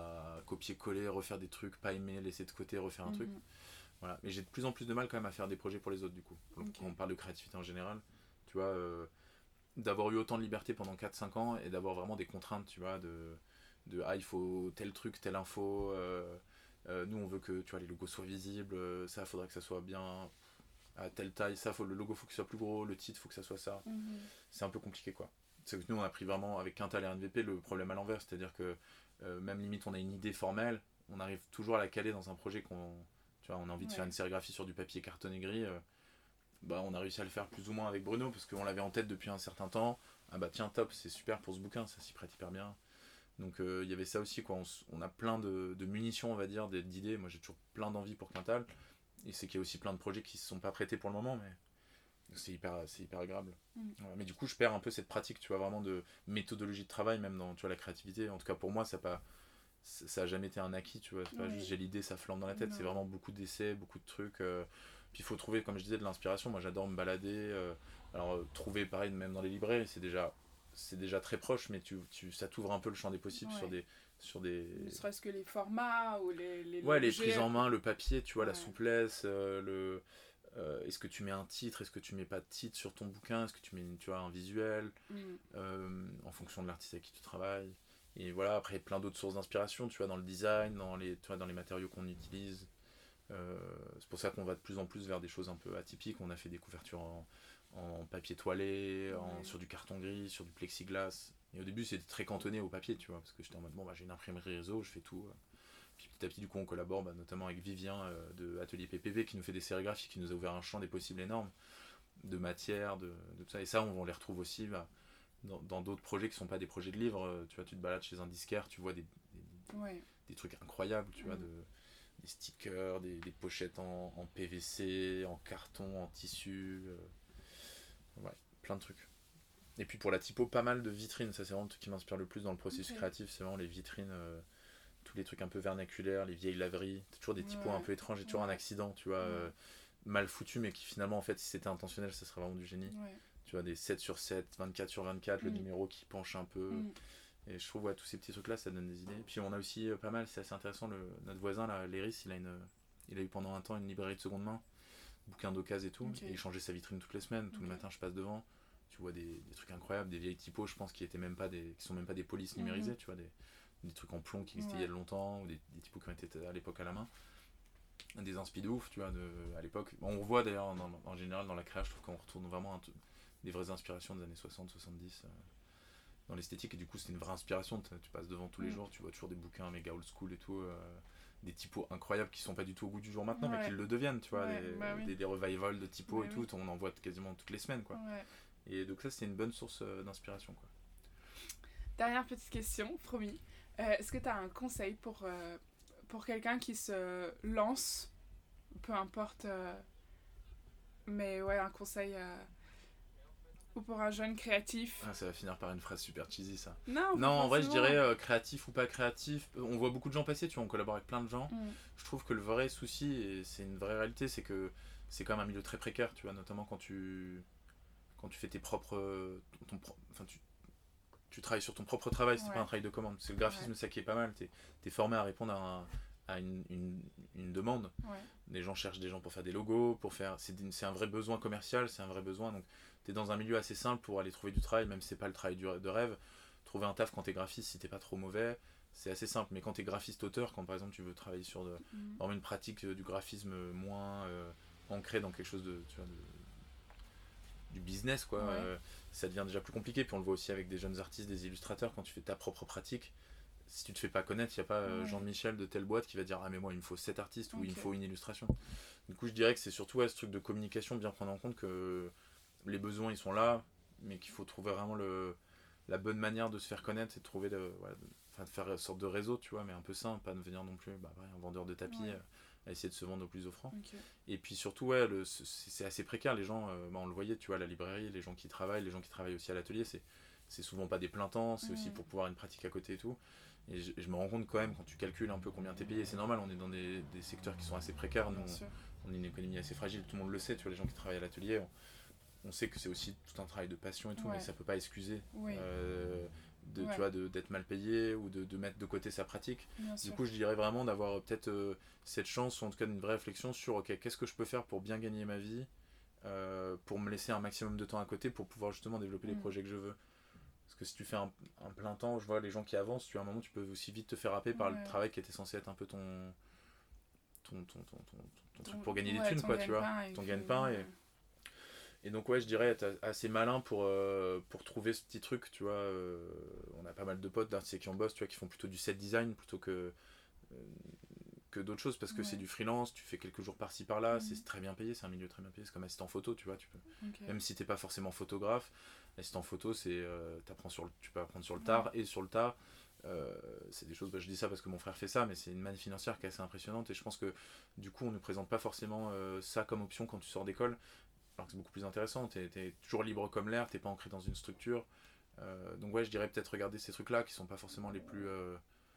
à copier-coller, refaire des trucs, pas aimer, laisser de côté, refaire un mm-hmm. truc. Voilà. Mais j'ai de plus en plus de mal quand même à faire des projets pour les autres, du coup. Okay. Quand on parle de créativité en général, tu vois, euh, d'avoir eu autant de liberté pendant quatre cinq ans et d'avoir vraiment des contraintes, tu vois, de, de ah, il faut tel truc, telle info... Euh, Euh, nous on veut que tu vois, les logos soient visibles, euh, ça faudrait que ça soit bien à telle taille, ça faut, le logo faut qu'il soit plus gros, le titre faut que ça soit ça. Mm-hmm. C'est un peu compliqué quoi. C'est que nous on a pris vraiment avec Quintal et R N V P le problème à l'envers, c'est-à-dire que euh, même limite on a une idée formelle, on arrive toujours à la caler dans un projet qu'on, tu vois, on a envie de ouais. faire une sérigraphie sur du papier cartonné gris, euh, bah on a réussi à le faire plus ou moins avec Bruno parce qu'on l'avait en tête depuis un certain temps. Ah bah tiens top, c'est super pour ce bouquin, ça s'y prête hyper bien. Donc il euh, y avait ça aussi, quoi. On, on a plein de, de munitions, on va dire, d'idées. Moi j'ai toujours plein d'envie pour Quintal. Et c'est qu'il y a aussi plein de projets qui ne se sont pas prêtés pour le moment, mais c'est hyper, c'est hyper agréable. Mm. Voilà. Mais du coup je perds un peu cette pratique, tu vois, vraiment de méthodologie de travail, même dans tu vois, la créativité. En tout cas pour moi, ça n'a pas, ça a jamais été un acquis, tu vois. C'est pas oui. juste j'ai l'idée, ça flambe dans la tête. Non. C'est vraiment beaucoup d'essais, beaucoup de trucs. Euh, puis il faut trouver, comme je disais, de l'inspiration. Moi j'adore me balader. Euh, alors euh, trouver pareil, même dans les librairies, c'est déjà... c'est déjà très proche, mais tu, tu, ça t'ouvre un peu le champ des possibles ouais. sur des... Sur des... Ne serait-ce que les formats ou les... les ouais, les prises en main, le papier, tu vois, ouais. la souplesse, euh, le... Euh, est-ce que tu mets un titre, est-ce que tu mets pas de titre sur ton bouquin, est-ce que tu mets tu vois, un visuel, mm. euh, en fonction de l'artiste avec qui tu travailles. Et voilà, après plein d'autres sources d'inspiration, tu vois, dans le design, dans les, tu vois, dans les matériaux qu'on utilise. Euh, c'est pour ça qu'on va de plus en plus vers des choses un peu atypiques. On a fait des couvertures en... en papier toilé, ouais. en, sur du carton gris, sur du plexiglas. Et au début, c'était très cantonné au papier, tu vois, parce que j'étais en mode, bon, bah, j'ai une imprimerie réseau, je fais tout. Puis petit à petit, du coup, on collabore, bah, notamment avec Vivien euh, de Atelier P P V, qui nous fait des sérigraphies, qui nous a ouvert un champ des possibles énormes, de matière, de, de tout ça. Et ça, on, on les retrouve aussi bah, dans, dans d'autres projets qui ne sont pas des projets de livres. Tu vois, tu te balades chez un disquaire, tu vois des, des, ouais. des trucs incroyables, tu mmh. vois, de... des stickers, des, des pochettes en, en P V C, en carton, en tissu... Euh... Ouais, plein de trucs. Et puis pour la typo, pas mal de vitrines. Ça, c'est vraiment le truc qui m'inspire le plus dans le processus okay. créatif. C'est vraiment les vitrines, euh, tous les trucs un peu vernaculaires, les vieilles laveries. T'as toujours des typos ouais. un peu étranges et toujours ouais. un accident, tu vois, ouais. euh, mal foutu, mais qui finalement, en fait, si c'était intentionnel, ça serait vraiment du génie. Ouais. Tu vois, des sept sur sept, vingt-quatre sur vingt-quatre, mm. le numéro qui penche un peu. Mm. Et je trouve, ouais, tous ces petits trucs-là, ça donne des idées. Puis on a aussi euh, pas mal, c'est assez intéressant, le, notre voisin, là, Léris, il a, une, il a eu pendant un temps une librairie de seconde main. Bouquins d'occasion et tout, okay. et il changeait sa vitrine toutes les semaines, tout okay. le matin je passe devant, tu vois des, des trucs incroyables, des vieilles typos, je pense qui étaient même pas des, qui sont même pas des polices numérisées, mm-hmm. tu vois, des, des trucs en plomb qui existaient ouais. il y a longtemps, ou des, des typos qui ont été à l'époque à la main, des inspi de ouf, tu vois, de, à l'époque, bon, on voit d'ailleurs en, en général dans la créa, je trouve qu'on retrouve vraiment un, des vraies inspirations des années soixante soixante-dix euh, dans l'esthétique, et du coup c'était une vraie inspiration, tu passes devant tous les mm. jours, tu vois toujours des bouquins méga old school et tout, euh, des typos incroyables qui sont pas du tout au goût du jour maintenant ouais. mais qui le deviennent, tu vois, ouais, des, bah oui. des, des revivals de typos ouais, et tout, oui. on en voit quasiment toutes les semaines quoi. Ouais. Et donc ça c'est une bonne source euh, d'inspiration quoi. Dernière petite question, promis. Euh, est-ce que tu as un conseil pour, euh, pour quelqu'un qui se lance, peu importe, euh, mais ouais, un conseil euh, ou pour un jeune créatif. Ah, ça va finir par une phrase super cheesy ça. Non, non en vrai je dirais euh, créatif ou pas créatif. On voit beaucoup de gens passer, tu vois, on collabore avec plein de gens. Mm. Je trouve que le vrai souci, et c'est une vraie réalité, c'est que c'est quand même un milieu très précaire, tu vois, notamment quand tu, quand tu fais tes propres... Ton, enfin, tu, tu travailles sur ton propre travail, c'est ouais. pas un travail de commande. C'est le graphisme, ouais. ça qui est pas mal. T'es, t'es formé à répondre à, un, à une, une, une demande. Ouais. Les gens cherchent des gens pour faire des logos, pour faire... C'est, c'est un vrai besoin commercial, c'est un vrai besoin, donc... T'es dans un milieu assez simple pour aller trouver du travail, même si c'est pas le travail de rêve. Trouver un taf quand t'es graphiste, si t'es pas trop mauvais, c'est assez simple. Mais quand t'es graphiste-auteur, quand par exemple tu veux travailler sur de, mmh. vraiment une pratique du graphisme moins euh, ancrée dans quelque chose de, tu vois, de du business, quoi, ouais. euh, ça devient déjà plus compliqué. Puis on le voit aussi avec des jeunes artistes, des illustrateurs, quand tu fais ta propre pratique. Si tu te fais pas connaître, il n'y a pas euh, ouais. Jean-Michel de telle boîte qui va dire ah mais moi il me faut sept artistes okay. ou il me faut une illustration. Du coup je dirais que c'est surtout ouais, ce truc de communication, bien prendre en compte que les besoins ils sont là, mais qu'il faut trouver vraiment le, la bonne manière de se faire connaître, c'est de trouver le, ouais, de, de faire une sorte de réseau, tu vois, mais un peu sain, pas devenir non plus bah, ouais, un vendeur de tapis ouais. euh, à essayer de se vendre au plus offrant. Okay. Et puis surtout, ouais, le, c'est, c'est assez précaire, les gens, euh, bah, on le voyait, tu vois, à la librairie, les gens qui travaillent, les gens qui travaillent aussi à l'atelier, c'est, c'est souvent pas des plein temps, c'est mmh. aussi pour pouvoir une pratique à côté et tout. Et je, je me rends compte quand même, quand tu calcules un peu combien t'es payé, c'est normal, on est dans des, des secteurs qui sont assez précaires, nous, on, on est une économie assez fragile, tout le monde le sait, tu vois, les gens qui travaillent à l'atelier, on, on sait que c'est aussi tout un travail de passion et tout, ouais. mais ça peut pas excuser oui. euh, de, ouais. tu vois, de, d'être mal payé ou de, de mettre de côté sa pratique. Bien du sûr. coup, je dirais vraiment d'avoir peut-être euh, cette chance, ou en tout cas une vraie réflexion sur ok, qu'est-ce que je peux faire pour bien gagner ma vie, euh, pour me laisser un maximum de temps à côté pour pouvoir justement développer mm. les projets que je veux. Parce que si tu fais un, un plein temps, je vois les gens qui avancent, tu as un moment, tu peux aussi vite te faire happer par ouais. le travail qui était censé être un peu ton, ton, ton, ton, ton, ton, ton truc pour gagner ouais, des thunes, quoi, tu vois, ton gagne-pain. Et... Et donc ouais, je dirais être assez malin pour, euh, pour trouver ce petit truc, tu vois. Euh, on a pas mal de potes d'artistes qui en bossent, tu vois, qui font plutôt du set design plutôt que, euh, que d'autres choses, parce que ouais. c'est du freelance, tu fais quelques jours par-ci par-là, mmh. c'est très bien payé, c'est un milieu très bien payé, c'est comme assistant photo, tu vois, tu peux, okay. même si t'es pas forcément photographe, assistant photo, c'est, euh, t'apprends sur le, tu peux apprendre sur le tard, ouais. et sur le tard, euh, c'est des choses, bah, je dis ça parce que mon frère fait ça, mais c'est une manne financière qui est assez impressionnante, et je pense que du coup on ne présente pas forcément euh, ça comme option quand tu sors d'école, alors que c'est beaucoup plus intéressant, t'es, t'es toujours libre comme l'air, t'es pas ancré dans une structure. Euh, donc ouais, je dirais peut-être regarder ces trucs-là qui sont pas forcément les plus... Euh,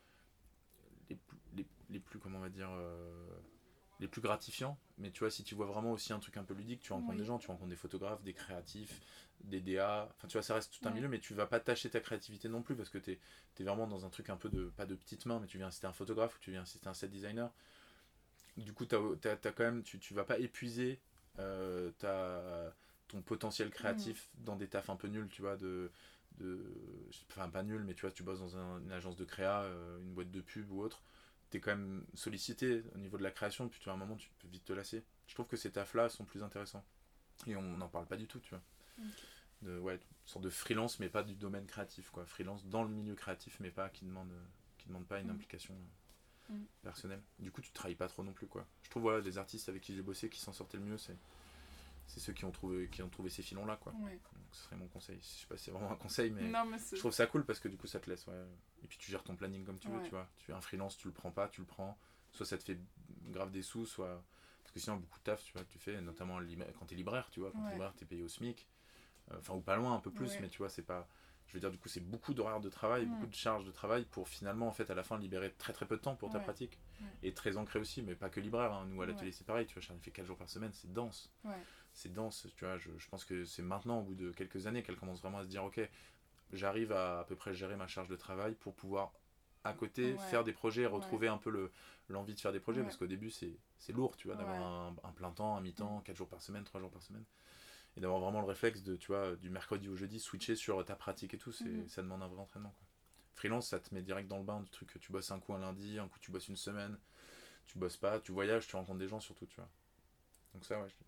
les, les, les plus, comment on va dire... Euh, les plus gratifiants. Mais tu vois, si tu vois vraiment aussi un truc un peu ludique, tu rencontres oui. des gens, tu rencontres des photographes, des créatifs, des D A... Enfin, tu vois, ça reste tout un ouais. milieu, mais tu vas pas tâcher ta créativité non plus, parce que t'es, t'es vraiment dans un truc un peu de... Pas de petites mains, mais tu viens assister un photographe, ou tu viens assister un set designer. Du coup, t'as, t'as, t'as quand même... Tu, tu vas pas épuiser... Euh, t'as ton potentiel créatif mmh. dans des tafs un peu nuls, tu vois, de, de enfin pas nul, mais tu vois, tu bosses dans un, une agence de créa, euh, une boîte de pub ou autre, t'es quand même sollicité au niveau de la création, puis tu vois, à un moment tu peux vite te lasser. Je trouve que ces tafs là sont plus intéressants et on n'en parle pas du tout, tu vois. Okay. De, ouais, une sorte de freelance, mais pas du domaine créatif, quoi. Freelance dans le milieu créatif, mais pas qui demande, qui demande pas une mmh. implication euh, mmh. personnelle. Du coup, tu travailles pas trop non plus, quoi. Je trouve, voilà, les artistes avec qui j'ai bossé qui s'en sortaient le mieux, c'est c'est ceux qui ont trouvé qui ont trouvé ces filons là, quoi. Ouais. Donc ce serait mon conseil. Je sais pas si c'est vraiment un conseil, mais, non, mais je trouve ça cool parce que du coup ça te laisse, ouais. Et puis tu gères ton planning comme tu ouais. veux, tu vois. Tu es un freelance, tu le prends pas, tu le prends. Soit ça te fait grave des sous, soit parce que sinon beaucoup de taf, tu vois, tu fais notamment quand t'es libraire, tu vois, quand ouais. t'es libraire, t'es payé au SMIC, enfin euh, ou pas loin, un peu plus, ouais. mais tu vois, c'est pas. Je veux dire, du coup, c'est beaucoup d'horaires de travail, mmh. beaucoup de charges de travail pour finalement, en fait, à la fin, libérer très très peu de temps pour ta ouais. pratique. Ouais. Et très ancré aussi, mais pas que libraire. Hein. Nous, à l'atelier, ouais. c'est pareil. Tu vois, j'en ai fait quatre jours par semaine, c'est dense. Ouais. C'est dense, tu vois. Je, je pense que c'est maintenant, au bout de quelques années, qu'elle commence vraiment à se dire, ok, j'arrive à à peu près gérer ma charge de travail pour pouvoir, à côté, ouais. faire des projets et retrouver ouais. un peu le, l'envie de faire des projets. Ouais. Parce qu'au début, c'est, c'est lourd, tu vois, d'avoir ouais. un, un plein temps, un mi-temps, mmh. quatre jours par semaine, trois jours par semaine. Et d'avoir vraiment le réflexe de, tu vois, du mercredi au jeudi, switcher sur ta pratique et tout, c'est, mmh. ça demande un vrai entraînement, quoi. Freelance, ça te met direct dans le bain du truc, tu bosses un coup un lundi, un coup tu bosses une semaine, tu bosses pas, tu voyages, tu rencontres des gens surtout, tu vois. Donc ça, ouais, je...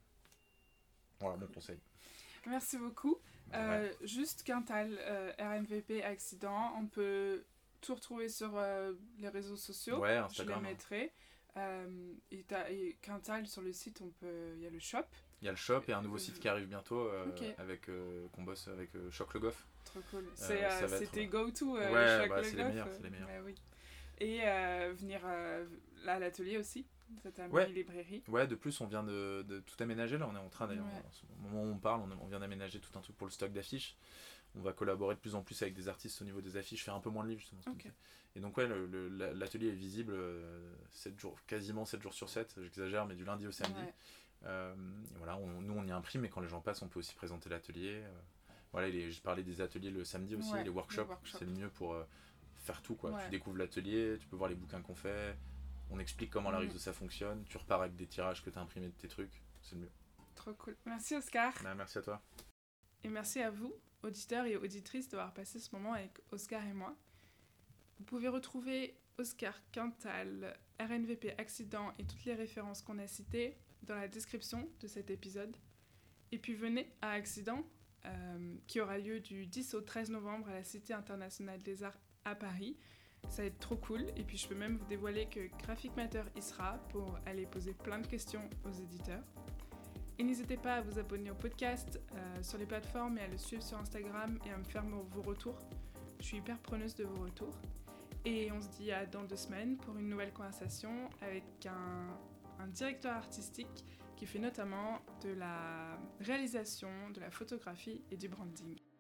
voilà mon conseil. Merci beaucoup. Ouais. Euh, juste Quintal, euh, R M V P Accident, on peut tout retrouver sur euh, les réseaux sociaux. Ouais, Instagram. Je les mettrai. Euh, et, et Quintal, sur le site, on peut, il y a le shop. Il y a le shop et un nouveau site qui arrive bientôt euh, okay. avec euh, qu'on bosse avec euh, Choc Le Goff. Trop cool. C'est, euh, c'était être... go-to euh, ouais, Choc bah, Le c'est Goff. Les meilleurs, c'est les meilleurs. Bah, oui. Et euh, venir euh, là à l'atelier aussi. C'est une ouais. mini-librairie. Ouais, de plus on vient de, de tout aménager là. On est en train d'ailleurs, ouais. au moment où on parle, on, on vient d'aménager tout un truc pour le stock d'affiches. On va collaborer de plus en plus avec des artistes au niveau des affiches, faire un peu moins de livres justement. Okay. Et donc ouais, le, le, l'atelier est visible euh, sept jours, quasiment sept jours sur sept, j'exagère, mais du lundi au samedi. Ouais. Euh, et voilà, on, nous on y imprime, et quand les gens passent, on peut aussi présenter l'atelier. Euh, voilà, les, je parlais des ateliers le samedi aussi, ouais, les, workshops, les workshops, c'est le mieux pour euh, faire tout, quoi. Ouais. Tu découvres l'atelier, tu peux voir les bouquins qu'on fait, on explique comment mmh. la rive de ça fonctionne, tu repars avec des tirages que tu as imprimés de tes trucs, c'est le mieux. Trop cool. Merci Oscar. Bah, merci à toi. Et merci à vous, auditeurs et auditrices, d'avoir passé ce moment avec Oscar et moi. Vous pouvez retrouver Oscar Quintal, R N V P Accident et toutes les références qu'on a citées dans la description de cet épisode. Et puis venez à Accident, euh, qui aura lieu du dix au treize novembre à la Cité internationale des arts à Paris. Ça va être trop cool. Et puis je peux même vous dévoiler que Graphic Matter y sera pour aller poser plein de questions aux éditeurs. Et n'hésitez pas à vous abonner au podcast euh, sur les plateformes et à le suivre sur Instagram et à me faire vos retours. Je suis hyper preneuse de vos retours. Et on se dit à dans deux semaines pour une nouvelle conversation avec un, un directeur artistique qui fait notamment de la réalisation, de la photographie et du branding.